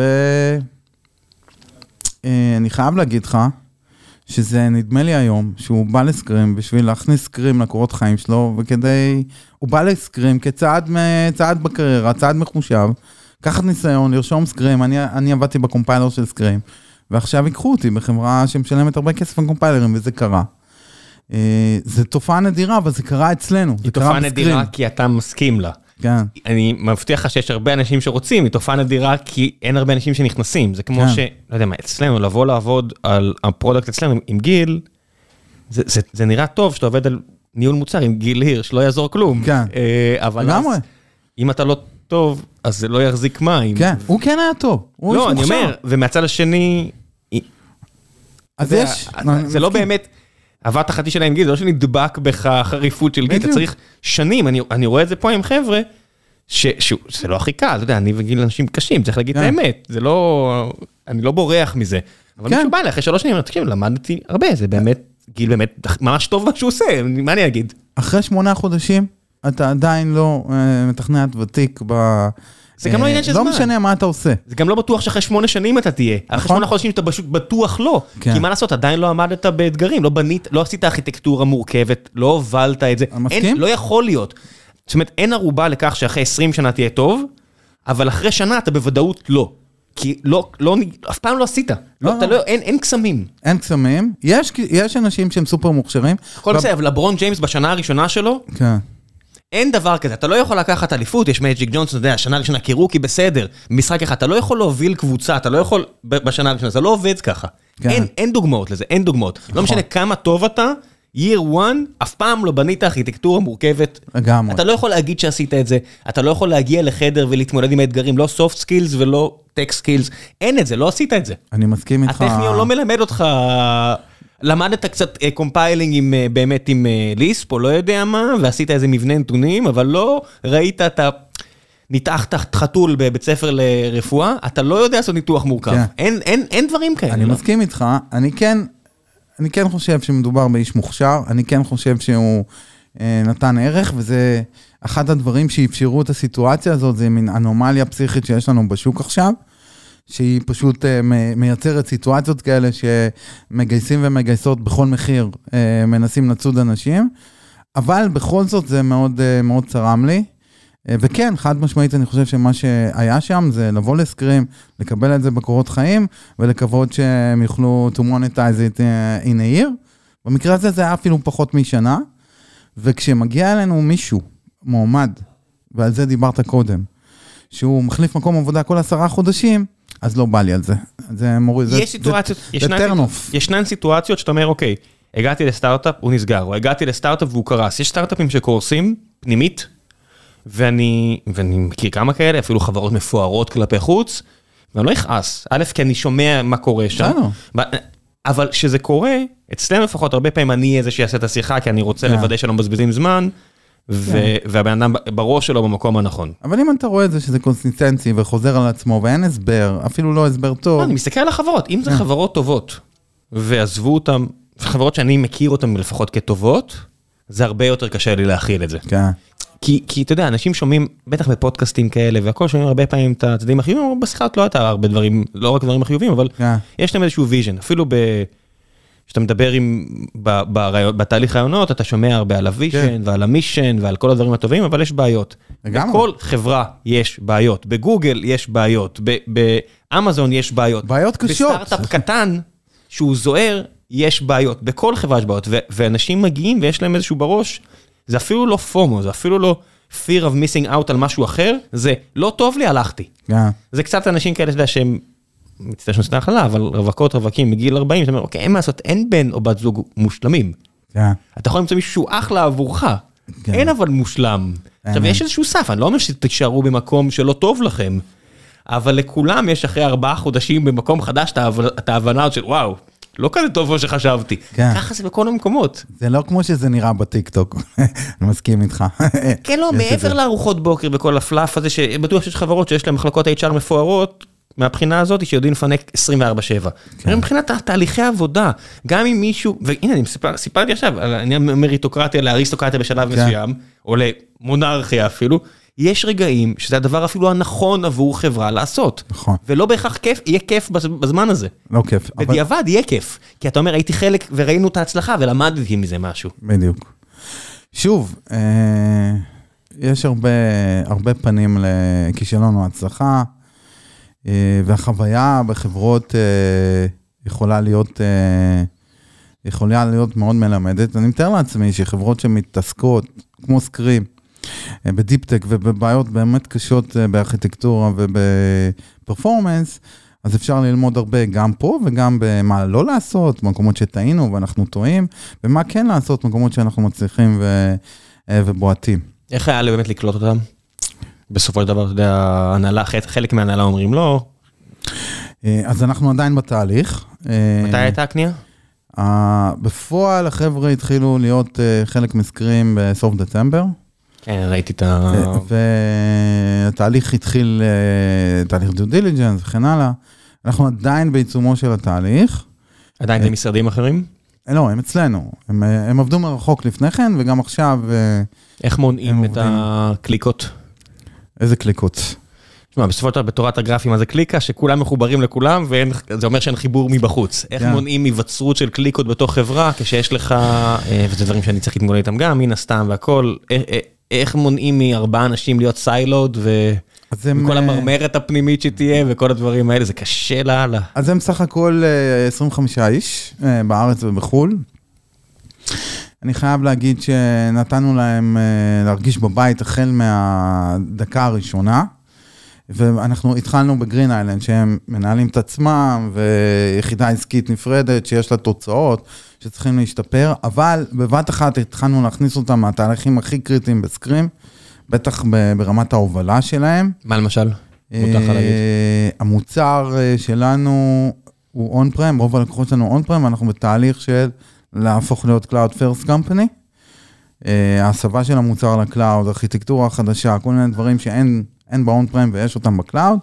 ואני חייב להגיד לך, שזה נדמה לי היום, שהוא בא לסקרים בשביל להכניס סקרים לקורות חיים שלו, הוא בא לסקרים כצעד בקריירה, צעד מחושב, לקחת ניסיון, לרשום סקרים, אני עבדתי בקומפיילר של סקרים, ועכשיו ייקחו אותי בחברה שמשלמת הרבה כסף על קומפיילרים, וזה קרה. זה תופעה נדירה, אבל זה קרה אצלנו. היא תופעה נדירה כי אתה מסכים לה. כן. אני מבטיח לך שיש הרבה אנשים שרוצים, היא תופעה נדירה כי אין הרבה אנשים שנכנסים. זה כמו ש... לא יודע מה, אצלנו, לבוא לעבוד על הפרודקט אצלנו עם גיל, זה נראה טוב שאתה עובד על ניהול מוצר עם גיל הירש, לא יעזור כלום. כן. אבל אז, אם אתה לא טוב, אז זה לא יחזיק מים. כן, הוא כן היה טוב. לא, אני אומר, ומהצד השני... אז יש... זה לא באמת... עבדת חצי שנה עם גיל, זה לא שנדבק בך חריפות של גיל, אתה צריך שנים, אני רואה את זה פה עם חבר'ה, שזה לא הכי קל, אתה יודע, אני וגיל אנשים קשים, צריך להגיד את האמת, זה לא, אני לא בורח מזה, אבל מישהו בא לי אחרי 3 שנים, תקשיב, למדתי הרבה, זה באמת, גיל באמת ממש טוב מה שהוא עושה, מה אני אגיד? אחרי 8 חודשים, אתה עדיין לא מתכנת ותיק זה גם לא עניין של זמן. לא משנה מה אתה עושה. זה גם לא בטוח שאחרי 8 שנים אתה תהיה. אחרי 8 חודשים אתה פשוט בטוח לא. כי מה לעשות, עדיין לא עמדת באתגרים, לא עשית ארכיטקטורה מורכבת, לא הובלת את זה. לא יכול להיות. זאת אומרת, אין ערובה לכך שאחרי 20 שנה תהיה טוב, אבל אחרי שנה אתה בוודאות לא. כי אף פעם לא עשית. אין קסמים. אין קסמים. יש אנשים שהם סופר מוכשרים. הכל בסדר, לברון ג'יימס בשנה הראשונה שלו, כן. אין דבר כזה, אתה לא יכול לקחת אליפות, יש מג'יק ג'ונסון, אתה יודע, השנה הראשונה קירוקי בסדר, במשחק אחד, אתה לא יכול להוביל קבוצה, אתה לא יכול בשנה הראשונה, זה לא עובד ככה. אין דוגמאות לזה, אין דוגמאות. לא משנה כמה טוב אתה, year one, אף פעם לא בנית ארכיטקטורה מורכבת. לגמרי. אתה לא יכול להגיד שעשית את זה, אתה לא יכול להגיע לחדר ולהתמודד עם האתגרים, לא soft skills ולא tech skills, אין את זה, לא עשית את זה. אני מסכים איתך. הטכניון לא מלמד אותך, למדת קצת קומפיילינג עם, באמת עם ליספ, או לא יודע מה, ועשית איזה מבנה נתונים, אבל לא ראית את ה... ניתחת חתול בבית ספר לרפואה, אתה לא יודע לעשות ניתוח מורכב. אין דברים כאלה. אני מסכים איתך, אני כן חושב שמדובר באיש מוכשר, אני כן חושב שהוא נתן ערך, וזה אחד הדברים שאפשרו את הסיטואציה הזאת, זה מין אנומליה פסיכית שיש לנו בשוק עכשיו, שהיא פשוט מייצרת סיטואציות כאלה שמגייסים ומגייסות בכל מחיר, מנסים לצוד אנשים, אבל בכל זאת זה מאוד, מאוד צרם לי, וכן, חד משמעית אני חושב שמה שהיה שם זה לבוא לסקרים, לקבל את זה בקורות חיים, ולקוות שהם יוכלו to monetize it in a year. במקרה הזה זה היה אפילו פחות משנה, וכשמגיע אלינו מישהו, מועמד, ועל זה דיברת קודם, שהוא מחליף מקום עבודה כל 10 חודשים, אז לא בא לי על זה. זה מוריד, יש סיטואציות, ישנן סיטואציות שאתה אומר, אוקיי, הגעתי לסטארט-אפ, הוא נסגר, או הגעתי לסטארט-אפ והוא קרס. יש סטארט-אפים שקורסים פנימית, ואני מכיר כמה כאלה, אפילו חברות מפוארות כלפי חוץ, ואני לא יכעס. א', כי אני שומע מה קורה שם. אבל שזה קורה, אצלנו לפחות, הרבה פעמים אני איזה שיעשה את השיחה, כי אני רוצה לוודא שלא מבזבזים זמן, והבן אדם בראש שלו במקום הנכון. אבל אם אתה רואה את זה שזה קונסיסטנצי וחוזר על עצמו, ואין הסבר, אפילו לא הסבר טוב. אני מסתכל על החברות. אם זה חברות טובות, ועזבו אותם, חברות שאני מכיר אותם לפחות כטובות, זה הרבה יותר קשה לי להכיל את זה. כן. כי אתה יודע, אנשים שומעים, בטח בפודקאסטים כאלה, והכל שומעים הרבה פעמים את הצדדים החיובים, אבל בשיחה לא הייתה הרבה דברים, לא רק דברים החיובים, אבל יש להם איזשהו ויז'ן. אפילו כשאתה מדבר בתהליך רעיונות, אתה שומע הרבה על הוויז'ן, ועל המישן, ועל כל הדברים הטובים, אבל יש בעיות. בכל חברה יש בעיות. בגוגל יש בעיות. באמזון יש בעיות. בעיות קשות. בסטארט-אפ קטן, שהוא זוהר, יש בעיות. בכל חברה יש בעיות. ואנשים מגיעים ויש להם איזשהו בראש, זה אפילו לא פומו, זה אפילו לא fear of missing out על משהו אחר, זה לא טוב לי, הלכתי. זה קצת אנשים כאלה, אתה יודע, שהם, מצטער שאני עושה החלה, אבל רווקות, רווקים, מגיל 40, אתה אומר, אוקיי, אין מה לעשות, אין בן או בת זוג מושלמים. אתה יכול למצוא מישהו שהוא אחלה עבורך, אין אבל מושלם. עכשיו, יש איזשהו סף, אני לא אומר שתישארו במקום שלא טוב לכם, אבל לכולם יש אחרי 4 חודשים במקום חדש, את ההבנה של וואו, לא כזה טוב כמו שחשבתי. ככה זה בכל המקומות. זה לא כמו שזה נראה בטיקטוק, אני מסכים איתך. כן, לא, מעבר לארוחות בוקר בכל הפלאף הזה, שבטוח שיש חברות שיש להם מחלקות HR מפוארות, מהבחינה הזאת שיודעים לפנק 24/7. מבחינת תהליכי עבודה, גם אם מישהו, והנה אני סיפרתי עכשיו, אני מריטוקרטיה לאריסטוקרטיה בשלב מסוים, או למונרכיה אפילו, יש רגעים שזה הדבר אפילו הנכון עבור חברה לעשות. נכון. ולא בהכרח כיף, יהיה כיף בזמן הזה. לא כיף. בדיעבד יהיה כיף. כי אתה אומר, הייתי חלק וראינו את ההצלחה ולמדתי מזה משהו. בדיוק. שוב, יש הרבה פנים לכישלון או הצלחה, והחוויה בחברות יכולה להיות מאוד מלמדת. אני מתאר לעצמי שחברות שמתעסקות, כמו סקרים, בדיפ-טק ובבעיות באמת קשות בארכיטקטורה ובפרפורמנס, אז אפשר ללמוד הרבה גם פה וגם במה לא לעשות, במקומות שטעינו ואנחנו טועים, ומה כן לעשות, במקומות שאנחנו מצליחים ובועטים. איך היה לי באמת לקלוט אותם? בסופו של דבר, אתה יודע, חלק מההנהלה אומרים לא. אז אנחנו עדיין בתהליך. מתי הייתה הקנייה? בפועל החבר'ה התחילו להיות חלק מסקרים בסוף דצמבר. כן, ראיתי את והתהליך התחיל, תהליך due diligence וכן הלאה. אנחנו עדיין בעיצומו של התהליך. עדיין במשרדים אחרים? לא, הם אצלנו. הם עבדו מרחוק לפני כן, וגם עכשיו... איך מונעים את הקליקות? איזה קליקות? תשמע, בסופו של דבר בתורת הגרפים, אז זה קליקה שכולם מחוברים לכולם, וזה אומר שאין חיבור מבחוץ. איך מונעים היווצרות של קליקות בתוך חברה, כשיש לך, וזה דברים שאני צריך להתמודד איתם גם, מן הסתם והכל, איך מונעים מ4 אנשים להיות סיילוד, וכל המרמרת הפנימית שתהיה, וכל הדברים האלה, זה קשה להלאה. אז הם סך הכל 25 איש, בארץ ובחול. אני חייב להגיד שנתנו להם להרגיש בבית, החל מהדקה הראשונה. ואנחנו התחלנו בגרין איילנד, שהם מנהלים את עצמם, ויחידה עסקית נפרדת, שיש לה תוצאות, שצריכים להשתפר, אבל בבת אחת התחלנו להכניס אותם מהתהליכים הכי קריטיים בסקרים, בטח ברמת ההובלה שלהם. מה למשל? המוצר שלנו הוא און-פרם, רוב הלקוחות שלנו און-פרם, ואנחנו בתהליך של להפוך להיות Cloud First Company. ההסבה של המוצר לקלאוד, ארכיטקטורה חדשה, כל מיני דברים שאין באון-פרם ויש אותם בקלאוד,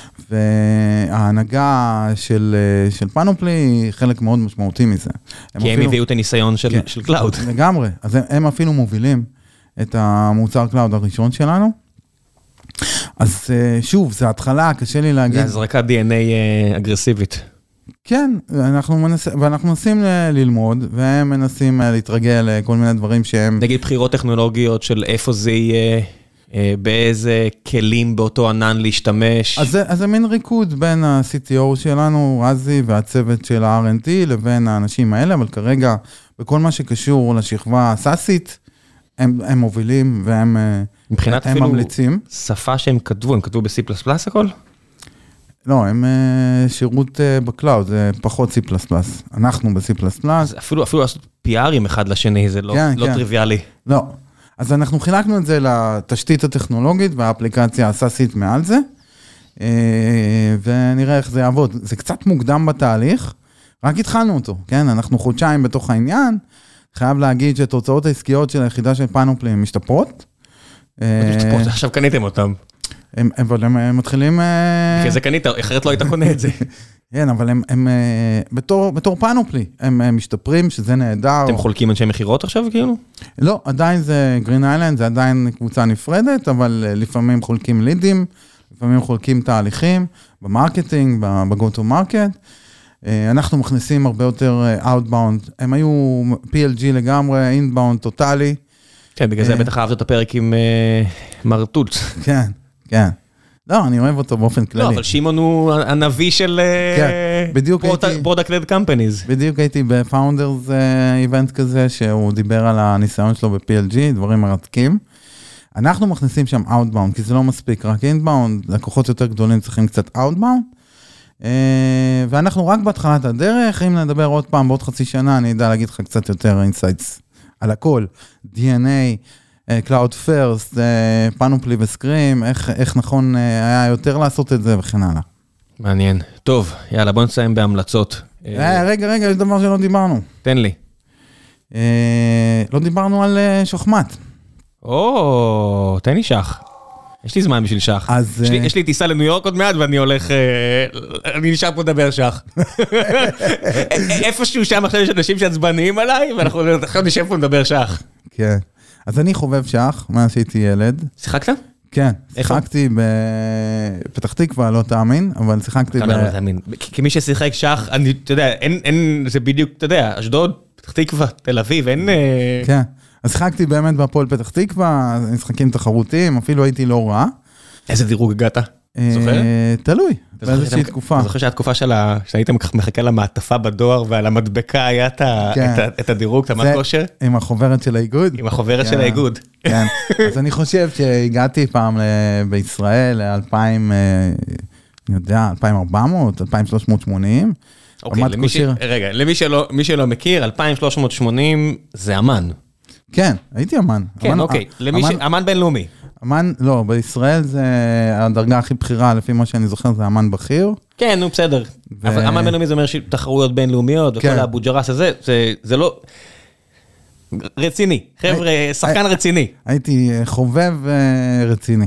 וההנהגה של פאנופלי היא חלק מאוד משמעותי מזה. כי הם הביאו את הניסיון של קלאוד. לגמרי, אז הם אפילו מובילים את המוצר קלאוד הראשון שלנו. אז שוב, זה התחלה, קשה לי להגיד. זה הזרקת DNA אגרסיבית. כן, ואנחנו מנסים ללמוד, והם מנסים להתרגל לכל מיני דברים שהם... נגיד בחירות טכנולוגיות של איפה זה יהיה, באיזה כלים באותו ענן להשתמש. אז זה מין ריקוד בין ה-CTO שלנו, רזי, והצוות של ה-R&D, לבין האנשים האלה, אבל כרגע, בכל מה שקשור לשכבה הסאסית, הם מובילים והם מבחינת ממליצים. שפה שהם כתבו, הם כתבו ב-C++ הכל? לא, הם שירות בקלאוד, זה פחות C++. אנחנו ב-C++. אפילו לעשות PRים אחד לשני, זה לא טריוויאלי. לא. אז אנחנו חילקנו את זה לתשתית הטכנולוגית והאפליקציה הסאסית מעל זה, ונראה איך זה יעבוד. זה קצת מוקדם בתהליך, רק התחלנו אותו, כן? אנחנו חודשיים בתוך העניין, חייב להגיד שתוצאות העסקיות של היחידה של פאנופלי הן משתפרות. עכשיו קניתם אותם. אבל הם מתחילים... כי זה קנית, אחרת לא היית קונה את זה. כן, אבל הם בתור פאנופלי, הם משתפרים, שזה נהדר. אתם חולקים אנשי מחירות עכשיו, כאילו? לא, עדיין זה גרין איילנד, זה עדיין קבוצה נפרדת, אבל לפעמים חולקים לידים, לפעמים חולקים תהליכים, במרקטינג, ב-go to market. אנחנו מכניסים הרבה יותר outbound, הם היו PLG לגמרי, inbound טוטלי. כן, בגלל זה בטח אהבת את הפרק עם מרטוט. כן, כן. לא, אני אוהב אותו באופן כללי. לא, אבל שימון הוא הנביא של product-led companies. בדיוק הייתי ב-Founders event כזה, שהוא דיבר על הניסיון שלו ב-PLG, דברים מרתקים. אנחנו מכניסים שם outbound, כי זה לא מספיק, רק inbound, לקוחות יותר גדולים צריכים קצת outbound, ואנחנו רק בהתחלת הדרך, אם נדבר עוד פעם, בעוד חצי שנה, אני יודע להגיד לך קצת יותר insights על הכל, DNA, Cloud First, פאנופלי וסקרים, איך נכון היה יותר לעשות את זה וכן הלאה. מעניין. טוב, יאללה, בוא נסיים בהמלצות. רגע, יש דבר שלא דיברנו. תן לי. לא דיברנו על שחמט. תן לי שח. יש לי זמן בשביל שח. יש לי טיסה לניו יורק עוד מעט, ואני הולך, אני נשאר פה לדבר שח. איפשהו שם עכשיו יש אנשים שעצבניים עליי, ואנחנו עכשיו נשב פה לדבר שח. כן. אז אני חובב שח, מאז שהייתי ילד. שיחקת? כן, שיחקתי בפתח תקווה, לא תאמין, אבל שיחקתי לא תאמין. כמי ששיחק שח, אתה יודע, זה בדיוק, אתה יודע, אשדוד, פתח תקווה, תל אביב, אין... כן, אז שיחקתי באמת בהפועל פתח תקווה, משחקים תחרותיים, אפילו הייתי לא רע. איזה דירוג הגעת? זוכר? תלוי, באיזושהי תקופה. אני זוכר שהתקופה שהיית מחכה למעטפה בדואר, ועל המדבקה היה את הדירוג, את המד כושר? עם החוברת של האיגוד. עם החוברת של האיגוד. כן, אז אני חושב שהגעתי פעם בישראל, 2,000, אני יודע, 2,400, 2,380. רגע, למי שלא מכיר, 2,380 זה אמן. כן, הייתי אמן. כן, אוקיי, אמן בינלאומי. אמן, לא, בישראל זה הדרגה הכי בכירה, לפי מה שאני זוכר, זה אמן בכיר. כן, נו, בסדר. אבל אמן בינלאומי זה אומר שתחרויות בינלאומיות, וכל האבו ג'רס הזה, זה לא... רציני, חבר'ה, שחקן רציני. הייתי חובב רציני.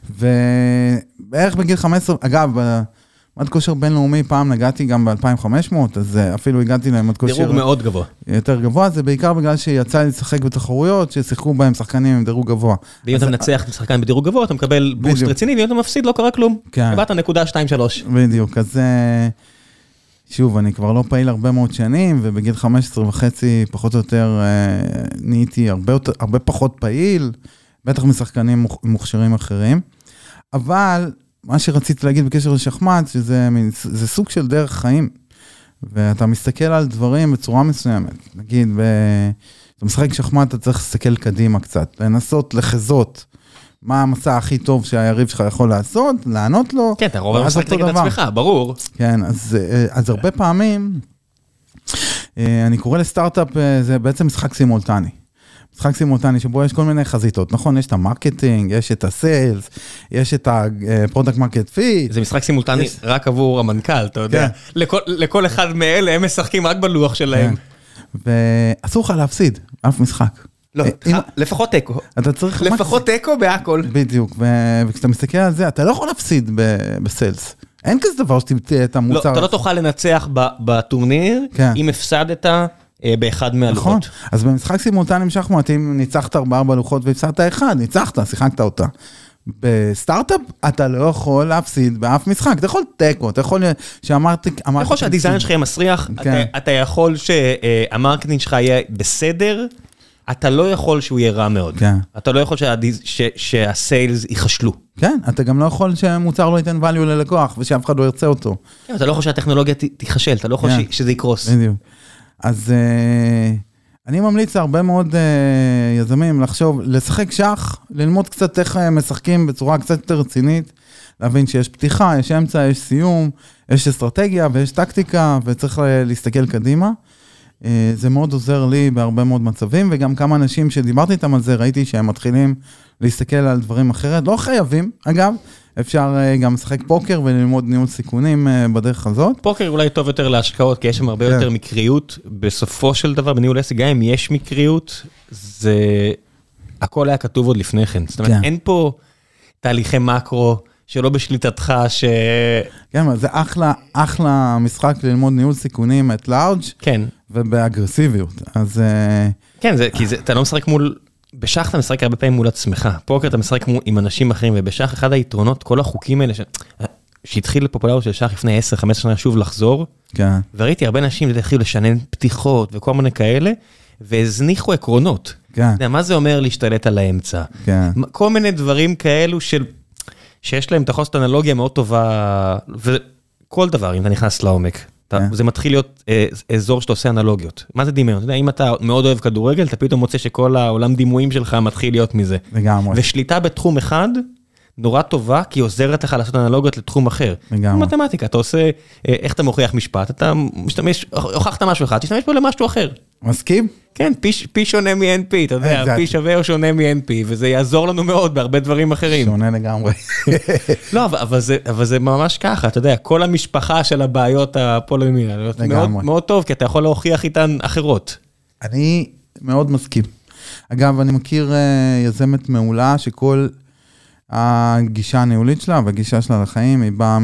ובערך בגיל 15, אגב, מד כושר בינלאומי, פעם נגעתי גם ב-2,500, אז אפילו הגעתי למד כושר... דירוג מאוד גבוה. יותר גבוה, זה בעיקר בגלל שיצא לי לשחק בתחרויות, ששיחקו בהם שחקנים עם דירוג גבוה. ואם אתה מנצח שחקן בדירוג גבוה, אתה מקבל בוסט רציני, ואם אתה מפסיד, לא קרה כלום. הבאת נקודה 2-3. בדיוק, אז שוב, אני כבר לא פעיל הרבה מאוד שנים, ובגיל 15 וחצי, פחות או יותר, נהייתי הרבה פחות פעיל, בטח משחקנים מוכשרים אחרים. אבל מה שרציתי להגיד בקשר לשחמט, שזה סוג של דרך חיים, ואתה מסתכל על דברים בצורה מסוימת. נגיד, אתה משחק שחמט, אתה צריך להסתכל קדימה קצת, לנסות לחזות מה המסע הכי טוב שהיריב שלך יכול לעשות, לענות לו. כן, אתה רואה משחק נגד עצמך, ברור. כן, אז הרבה פעמים, אני קורא לסטארט-אפ, זה בעצם משחק סימולטני. משחק סימולטני שבו יש כל מיני חזיתות, נכון? יש את המרקטינג, יש את הסיילס, יש את הפרודקט מרקט פיט. זה משחק סימולטני רק עבור המנכ"ל, אתה יודע. לכל אחד מאלה, הם משחקים רק בלוח שלהם. ואסור לך להפסיד, אף משחק. לא, לפחות אקו. אתה צריך... לפחות אקו בהכל. בדיוק, וכשאתה מסתכל על זה, אתה לא יכול להפסיד בסיילס. אין כזה דבר שתמצא את המוצר. לא, אתה לא תוכל לנצח בטורניר, אם הפסדת באחד מהלוחות. נכון, אז במשחק סימולטני שחמט, אם ניצחת 4 לוחות והפסדת 1, ניצחת, שיחקת אותה. בסטארט-אפ אתה לא יכול להפסיד באף משחק, אתה יכול טקו, אתה יכול שאמרתי... אתה יכול שהדיזיין שלך יהיה מסריח, אתה יכול שהמרקטינג שלך יהיה בסדר, אתה לא יכול שהוא יהיה רע מאוד. אתה לא יכול שהסיילס ייחשלו. כן, אתה גם לא יכול שמוצר לא ייתן value ללקוח, ושאף אחד לא ירצה אותו. אתה לא יכול שהטכנולוגיה תיחשל, אתה לא יכול שזה יקרוס. בדיוק. אז אני ממליץ להרבה מאוד יזמים לחשוב, לשחק שח, ללמוד קצת איך משחקים בצורה קצת יותר רצינית, להבין שיש פתיחה, יש אמצע, יש סיום, יש אסטרטגיה ויש טקטיקה, וצריך להסתכל קדימה. זה מאוד עוזר לי בהרבה מאוד מצבים, וגם כמה אנשים שדיברתי איתם על זה, ראיתי שהם מתחילים להסתכל על דברים אחרת, לא חייבים, אגב, אפשר גם לשחק פוקר וללמוד ניהול סיכונים בדרך הזאת. פוקר אולי טוב יותר להשקעות, כי יש שם הרבה יותר מקריות, בסופו של דבר בניהול עסק, גם אם יש מקריות, זה... הכל היה כתוב עוד לפני כן, זאת אומרת, אין פה תהליכי מקרו, שלא בשליטתך, כן, זה אחלה משחק ללמוד ניהול סיכונים at large, כן. ובאגרסיביות, אז... כן, כי אתה לא משחק מול... בשח אתה משחק הרבה פעמים מול עצמך, פוקר אתה משחק עם אנשים אחרים, ובשח אחד היתרונות, כל החוקים האלה, שהתחיל לפופולריות של שח לפני 10-15 שנה שוב לחזור, כן. וראיתי הרבה אנשים התחילו לשנן פתיחות וכל מיני כאלה, והזניחו עקרונות. כן. מה זה אומר להשתלט על האמצע? כן. כל מיני דברים כאלו שיש להם תחוס אנלוגיה מאוד טובה, וכל דבר, אם אתה נכנס לעומק, זה מתחיל להיות אזור שאתה עושה אנלוגיות. מה זה דמיון? אם אתה מאוד אוהב כדורגל, אתה פתאום מוצא שכל העולם דימויים שלך מתחיל להיות מזה. לגמרי. ושליטה בתחום אחד, נורא טובה, כי היא עוזרת לך לעשות אנלוגיות לתחום אחר. לגמרי. מתמטיקה, אתה עושה, איך אתה מוכיח משפט, אתה משתמש, הוכחת משהו אחד, תשתמש בו למשהו אחר. מסכים? כן, פי שונה מ-NP, אתה יודע, פי שווה או שונה מ-NP, וזה יעזור לנו מאוד בהרבה דברים אחרים. שונה לגמרי. לא, אבל זה ממש ככה, אתה יודע, כל המשפחה של הבעיות הפולמיות, מאוד טוב, כי אתה יכול להוכיח איתן אחרות. אני מאוד מסכים. אגב, אני מכיר יזמת מעולה שכל הגישה הניהולית שלה והגישה שלה לחיים, היא באה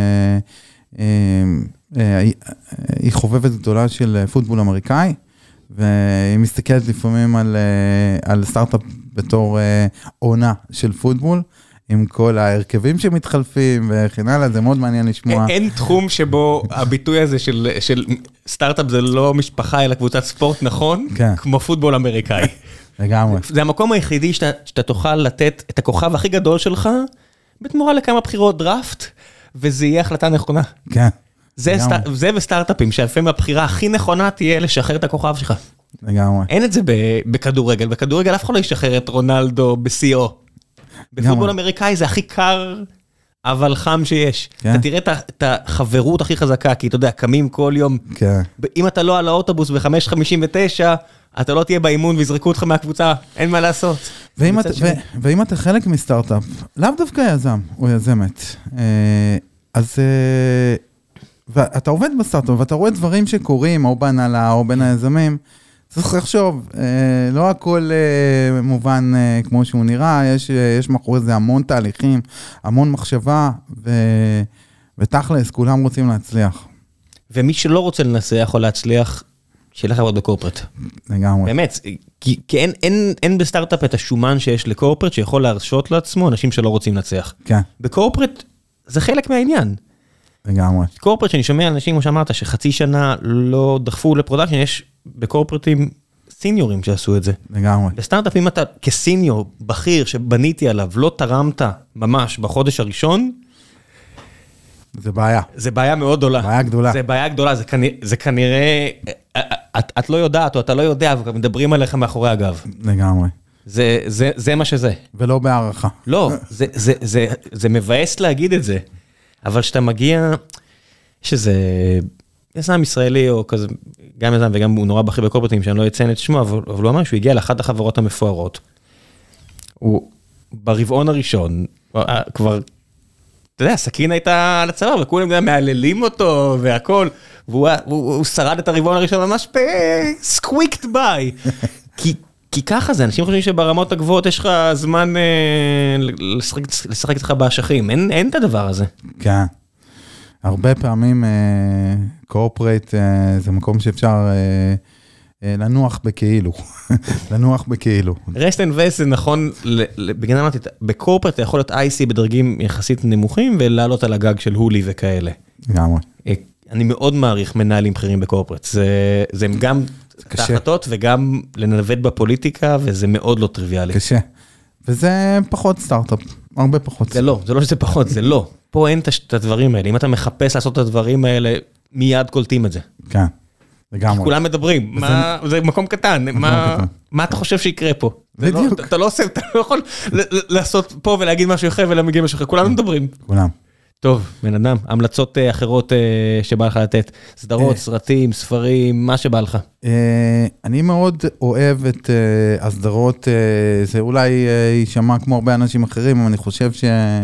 היא חובבת גדולה של פוטבול אמריקאי, והיא מסתכלת לפעמים על סטארט-אפ בתור עונה של פוטבול, עם כל ההרכבים שמתחלפים וכן הלאה, זה מאוד מעניין לשמוע. אין תחום שבו הביטוי הזה של סטארט-אפ זה לא משפחה, אלא קבוצת ספורט נכון, כמו פוטבול אמריקאי. לגמרי. זה המקום היחידי שאתה תוכל לתת את הכוכב הכי גדול שלך, בתמורה לכמה בחירות דראפט, וזה יהיה החלטה נכונה. כן. זה בסטארט-אפים, שלפעמים הבחירה הכי נכונה תהיה לשחרר את הכוכב שלך. לגמרי. אין את זה בכדורגל, בכדורגל אף אחד לא ישחרר את רונלדו בשיאו. בפוטבול אמריקאי זה הכי קר, אבל חם שיש. אתה תראה את החברות הכי חזקה, כי אתה יודע, קמים כל יום. אם אתה לא על האוטובוס ב-5:59, אתה לא תהיה באימון ויזרקו אותך מהקבוצה, אין מה לעשות. ואם אתה חלק מסטארט-אפ, לאו דווקא יזם או יזמת, אז ואתה עובד בסטארט-אפ, ואתה רואה דברים שקורים, או בהנהלה, או בין היזמים, צריך לחשוב, לא הכל מובן כמו שהוא נראה, יש מאחורי זה המון תהליכים, המון מחשבה, ותכלס, כולם רוצים להצליח. ומי שלא רוצה לנסח או להצליח, שילך לעבוד בקורפרט. לגמרי. באמת, כי אין בסטארט-אפ את השומן שיש לקורפרט, שיכול להרשות לעצמו אנשים שלא רוצים לנצח. כן. בקורפרט זה חלק מהעניין. לגמרי. קורפרט שאני שומע אנשים, כמו שאמרת, שחצי שנה לא דחפו לפרודקשן, יש בקורפרטים סיניורים שעשו את זה. לגמרי. בסטארט-אפ, אם אתה כסיניור בכיר שבניתי עליו, לא תרמת ממש בחודש הראשון, זה בעיה. זה בעיה מאוד גדולה. בעיה גדולה. זה בעיה גדולה, זה כנראה, את לא יודעת או אתה לא יודע, אבל מדברים עליך מאחורי הגב. לגמרי. זה מה שזה. ולא בהערכה. לא, זה מבאס להגיד את זה, אבל שאתה מגיע, שזה יזם ישראלי או כזה, גם יזם וגם הוא נורא בכיר בקורפרטים, שאני לא אציין את שמו, אבל הוא אמר שהוא הגיע לאחת החברות המפוארות. הוא ברבעון הראשון, כבר, אתה יודע, הסכין הייתה על הצוואר, וכולם מעללים אותו והכל, והוא שרד את הרבעון הראשון ממש סקוויקט ביי. כי ככה זה, אנשים חושבים שברמות הגבוהות יש לך זמן לשחק איתך באשכים, אין את הדבר הזה. כן. הרבה פעמים קורפרייט זה מקום שאפשר לנוח בכאילו. לנוח בכאילו. רסט אנד וייסט זה נכון, בגלל אמרתי, בקורפרייט אתה יכול להיות IC בדרגים יחסית נמוכים, ולעלות על הגג של הולי וכאלה. לגמרי. אני מאוד מעריך מנהלים בכירים בקורפרייט, זה גם תחתות וגם לנווט בפוליטיקה, וזה מאוד לא טריוויאלי. קשה. וזה פחות סטארט-אפ, הרבה פחות. זה לא שזה פחות, זה לא. פה אין את הדברים האלה. אם אתה מחפש לעשות את הדברים האלה, מיד קולטים את זה. כן, לגמרי. כולם מדברים, זה מקום קטן, מה אתה חושב שיקרה פה? בדיוק. אתה לא יכול לעשות פה ולהגיד משהו אחר ולהגיע משהו אחר, כולם מדברים. כולם. טוב, בן אדם, המלצות אחרות שבא לך לתת, סדרות, סרטים, ספרים, מה שבא לך. אני מאוד אוהב את הסדרות, זה אולי יישמע כמו הרבה אנשים אחרים, אבל אני חושב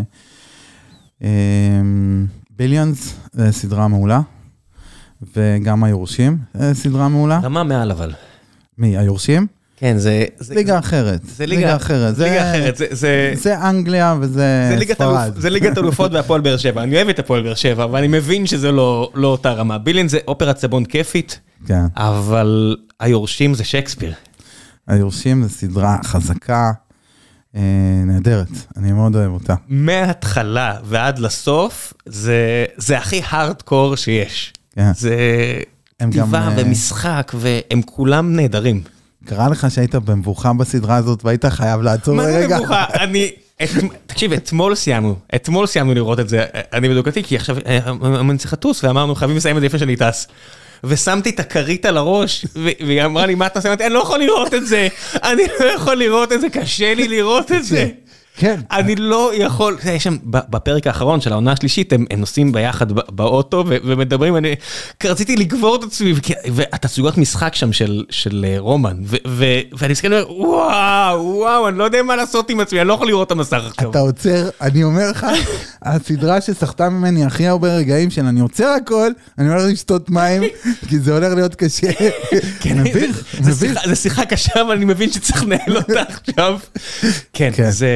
ביליאנס סדרה מעולה, וגם היורשים סדרה מעולה. רמה מעל אבל. מי, היורשים? כן, זה... ליגה אחרת. זה ליגה אחרת. זה אנגליה וזה ספרד. זה ליגת אלופות והפועל באר שבע. אני אוהב את הפועל באר שבע, אבל אני מבין שזה לא אותה רמה. ביליאנס זה אופרת סבון כיפית, אבל היורשים זה שייקספיר. היורשים זה סדרה חזקה, נהדרת. אני מאוד אוהב אותה. מההתחלה ועד לסוף, זה הכי הארדקור שיש. זה כתיבה ומשחק, והם כולם נהדרים. קרא לך שהיית במבוכה בסדרה הזאת, והיית חייב לעצור רגע. מה זה מבוכה? תקשיב, אתמול סיימנו לראות את זה, אני בדוקתי, כי עכשיו אני צריך לטוס, ואמרנו, חייבים לסיים את זה לפני שאני טס. ושמתי את הכרית על הראש, והיא אמרה לי, מה אתה עושה? אני לא יכול לראות את זה, קשה לי לראות את זה. כן. אני לא יכול, יש שם, בפרק האחרון של העונה השלישית, הם נוסעים ביחד באוטו, ומדברים, רציתי לגבור את עצמי, והתצוגות משחק שם של רומן, ואני מסכים, וואו, אני לא יודע מה לעשות עם עצמי, אני לא יכול לראות את המסך עכשיו. אתה עוצר, אני אומר לך, הסדרה ששחתה ממני הכי הרבה רגעים של אני עוצר הכל, אני הולך לשתות מים, כי זה הולך להיות קשה. זה שיחה קשה, אבל אני מבין שצריך לנהל אותה עכשיו. כן,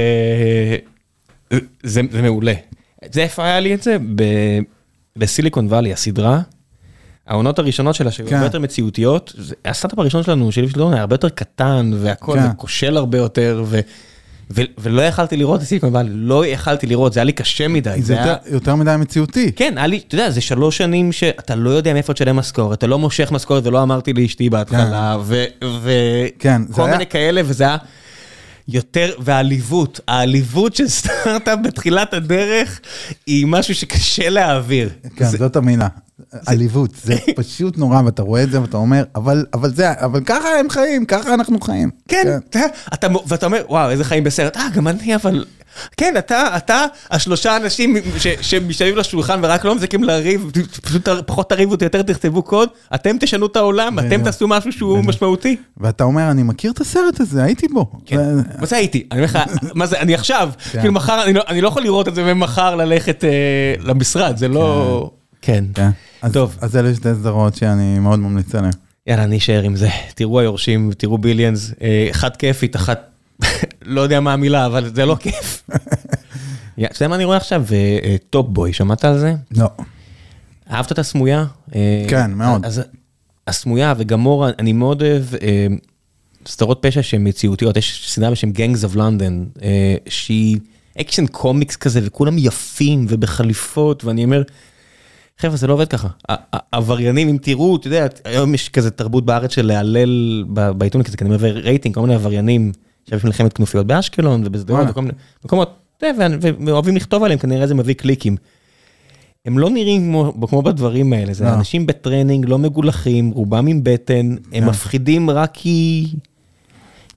זה מעולה. זה איפה היה לי את זה? בסיליקון ואלי, הסדרה, העונות הראשונות שלה, שהיו הרבה יותר מציאותיות, הסטארט-אפ הראשון שלנו, שלי ושלנו, היה הרבה יותר קטן, והכל כושל הרבה יותר, ולא יכלתי לראות את סיליקון ואלי, לא יכלתי לראות, זה היה לי קשה מדי. זה יותר מדי מציאותי. כן, היה לי, אתה יודע, זה 3 שנים שאתה לא יודע מאיפה תשלם משכורת, אתה לא מושך משכורת, ולא אמרתי לאשתי בהתחלה, וכל מיני כאלה, וזה היה יותר, העליבות של סטארט-אפ בתחילת הדרך, היא משהו שקשה להעביר. כן, זאת המילה. עליבות, זה פשוט נורא, ואתה רואה את זה, ואתה אומר, אבל ככה הם חיים, ככה אנחנו חיים. כן, ואתה אומר, וואו, איזה חיים בסרט, גם אני, אבל... כן, אתה, 3 אנשים שמשתלבים לשולחן ורק לא מזכים לריב, פשוט פחות תריבו, יותר תכתבו קוד, אתם תשנו את העולם, אתם תעשו משהו שהוא משמעותי. ואתה אומר, אני מכיר את הסרט הזה, הייתי בו. מה זה הייתי? אני אומר לך, מה זה, אני עכשיו, כאילו מחר, אני לא יכול לראות את זה ומחר ללכת למשרד, זה לא... כן, טוב. אז אלה 2 סדרות שאני מאוד ממליץ עליהן. יאללה, אני אשאר עם זה. תראו היורשים, תראו ביליאנס, אחת כיפית, אחת... לא יודע מה המילה, אבל זה לא כיף. אתה יודע מה אני רואה עכשיו? טופ בוי, שמעת על זה? לא. אהבת את הסמויה? כן, מאוד. אז הסמויה וגמורה, אני מאוד אוהב סדרות פשע שהן מציאותיות, יש סדרה בשם Gangs of London, שהיא אקשן קומיקס כזה, וכולם יפים ובחליפות, ואני אומר, חבר'ה, זה לא עובד ככה. עבריינים, אם תראו, אתה יודע, היום יש כזה תרבות בארץ של להלל בעיתון כזה, כי אני מביא רייטינג, כל מיני עבריינים, שיש מלחמת כנופיות באשקלון ובסדרות וכל מיני מקומות, ואוהבים לכתוב עליהם, כנראה זה מביא קליקים. הם לא נראים כמו בדברים האלה, זה אנשים בטרנינג, לא מגולחים, רובם עם בטן, הם מפחידים רק כי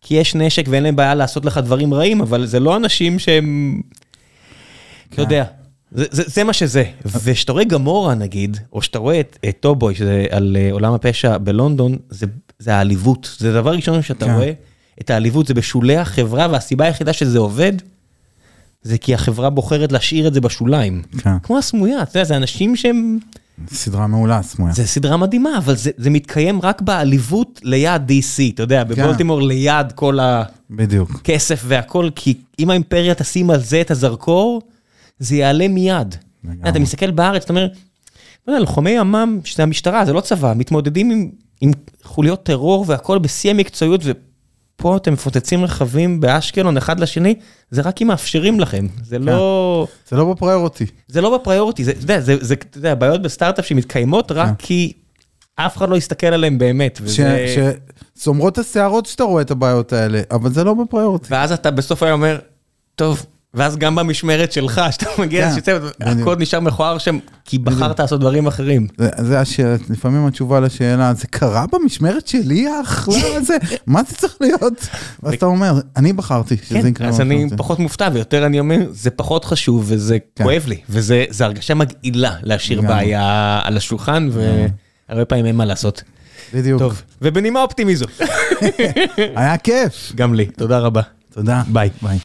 כי יש נשק ואין להם בעיה לעשות לך דברים רעים, אבל זה לא אנשים שהם, אתה יודע, זה מה שזה. ושאתה רואה גמורה נגיד, או שאתה רואה את טובוי, שזה על עולם הפשע בלונדון, זה העליבות. זה דבר ראשון שאתה רואה, את העליבות זה בשולי החברה, והסיבה היחידה שזה עובד, זה כי החברה בוחרת להשאיר את זה בשוליים. כמו הסמויה, אתה יודע, זה אנשים שהם... סדרה מעולה, הסמויה. זה סדרה מדהימה, אבל זה מתקיים רק בעליבות ליד DC, אתה יודע, בבולטימור ליד כל הכסף והכל, כי אם האימפריה תשים על זה את הזרקור, זה יעלה מיד. אתה מסתכל בארץ, אתה אומר, לוחמי ימ"מ, שזה המשטרה, זה לא צבא, מתמודדים עם חוליות טרור והכל בשיא המקצועיות, ופה אתם מפוצצים רכבים באשקלון אחד לשני, זה רק אם מאפשרים לכם, זה לא... זה לא בפריוריטי. זה לא בפריוריטי, זה בעיות בסטארט-אפ שמתקיימות רק כי אף אחד לא יסתכל עליהם באמת. שסומרות השערות שאתה רואה את הבעיות האלה, אבל זה לא בפריוריטי. ואז אתה בסוף היה אומר, טוב, ואז גם במשמרת שלך, שאתה מגיע, הקוד נשאר מכוער שם, כי בחרת לעשות דברים אחרים. זה השאלה, לפעמים התשובה לשאלה, זה קרה במשמרת שלי, אחלה, זה, מה זה צריך להיות? ואז אתה אומר, אני בחרתי שזה יקרה. אז אני פחות מופתע, ויותר אני אומר, זה פחות חשוב, וזה כואב לי, וזה הרגשה מגעילה להשאיר בעיה על השולחן, והרבה פעמים אין מה לעשות. בדיוק. טוב, ובנימה אופטימיזו. היה כיף. גם לי, תודה רבה. תודה. ביי.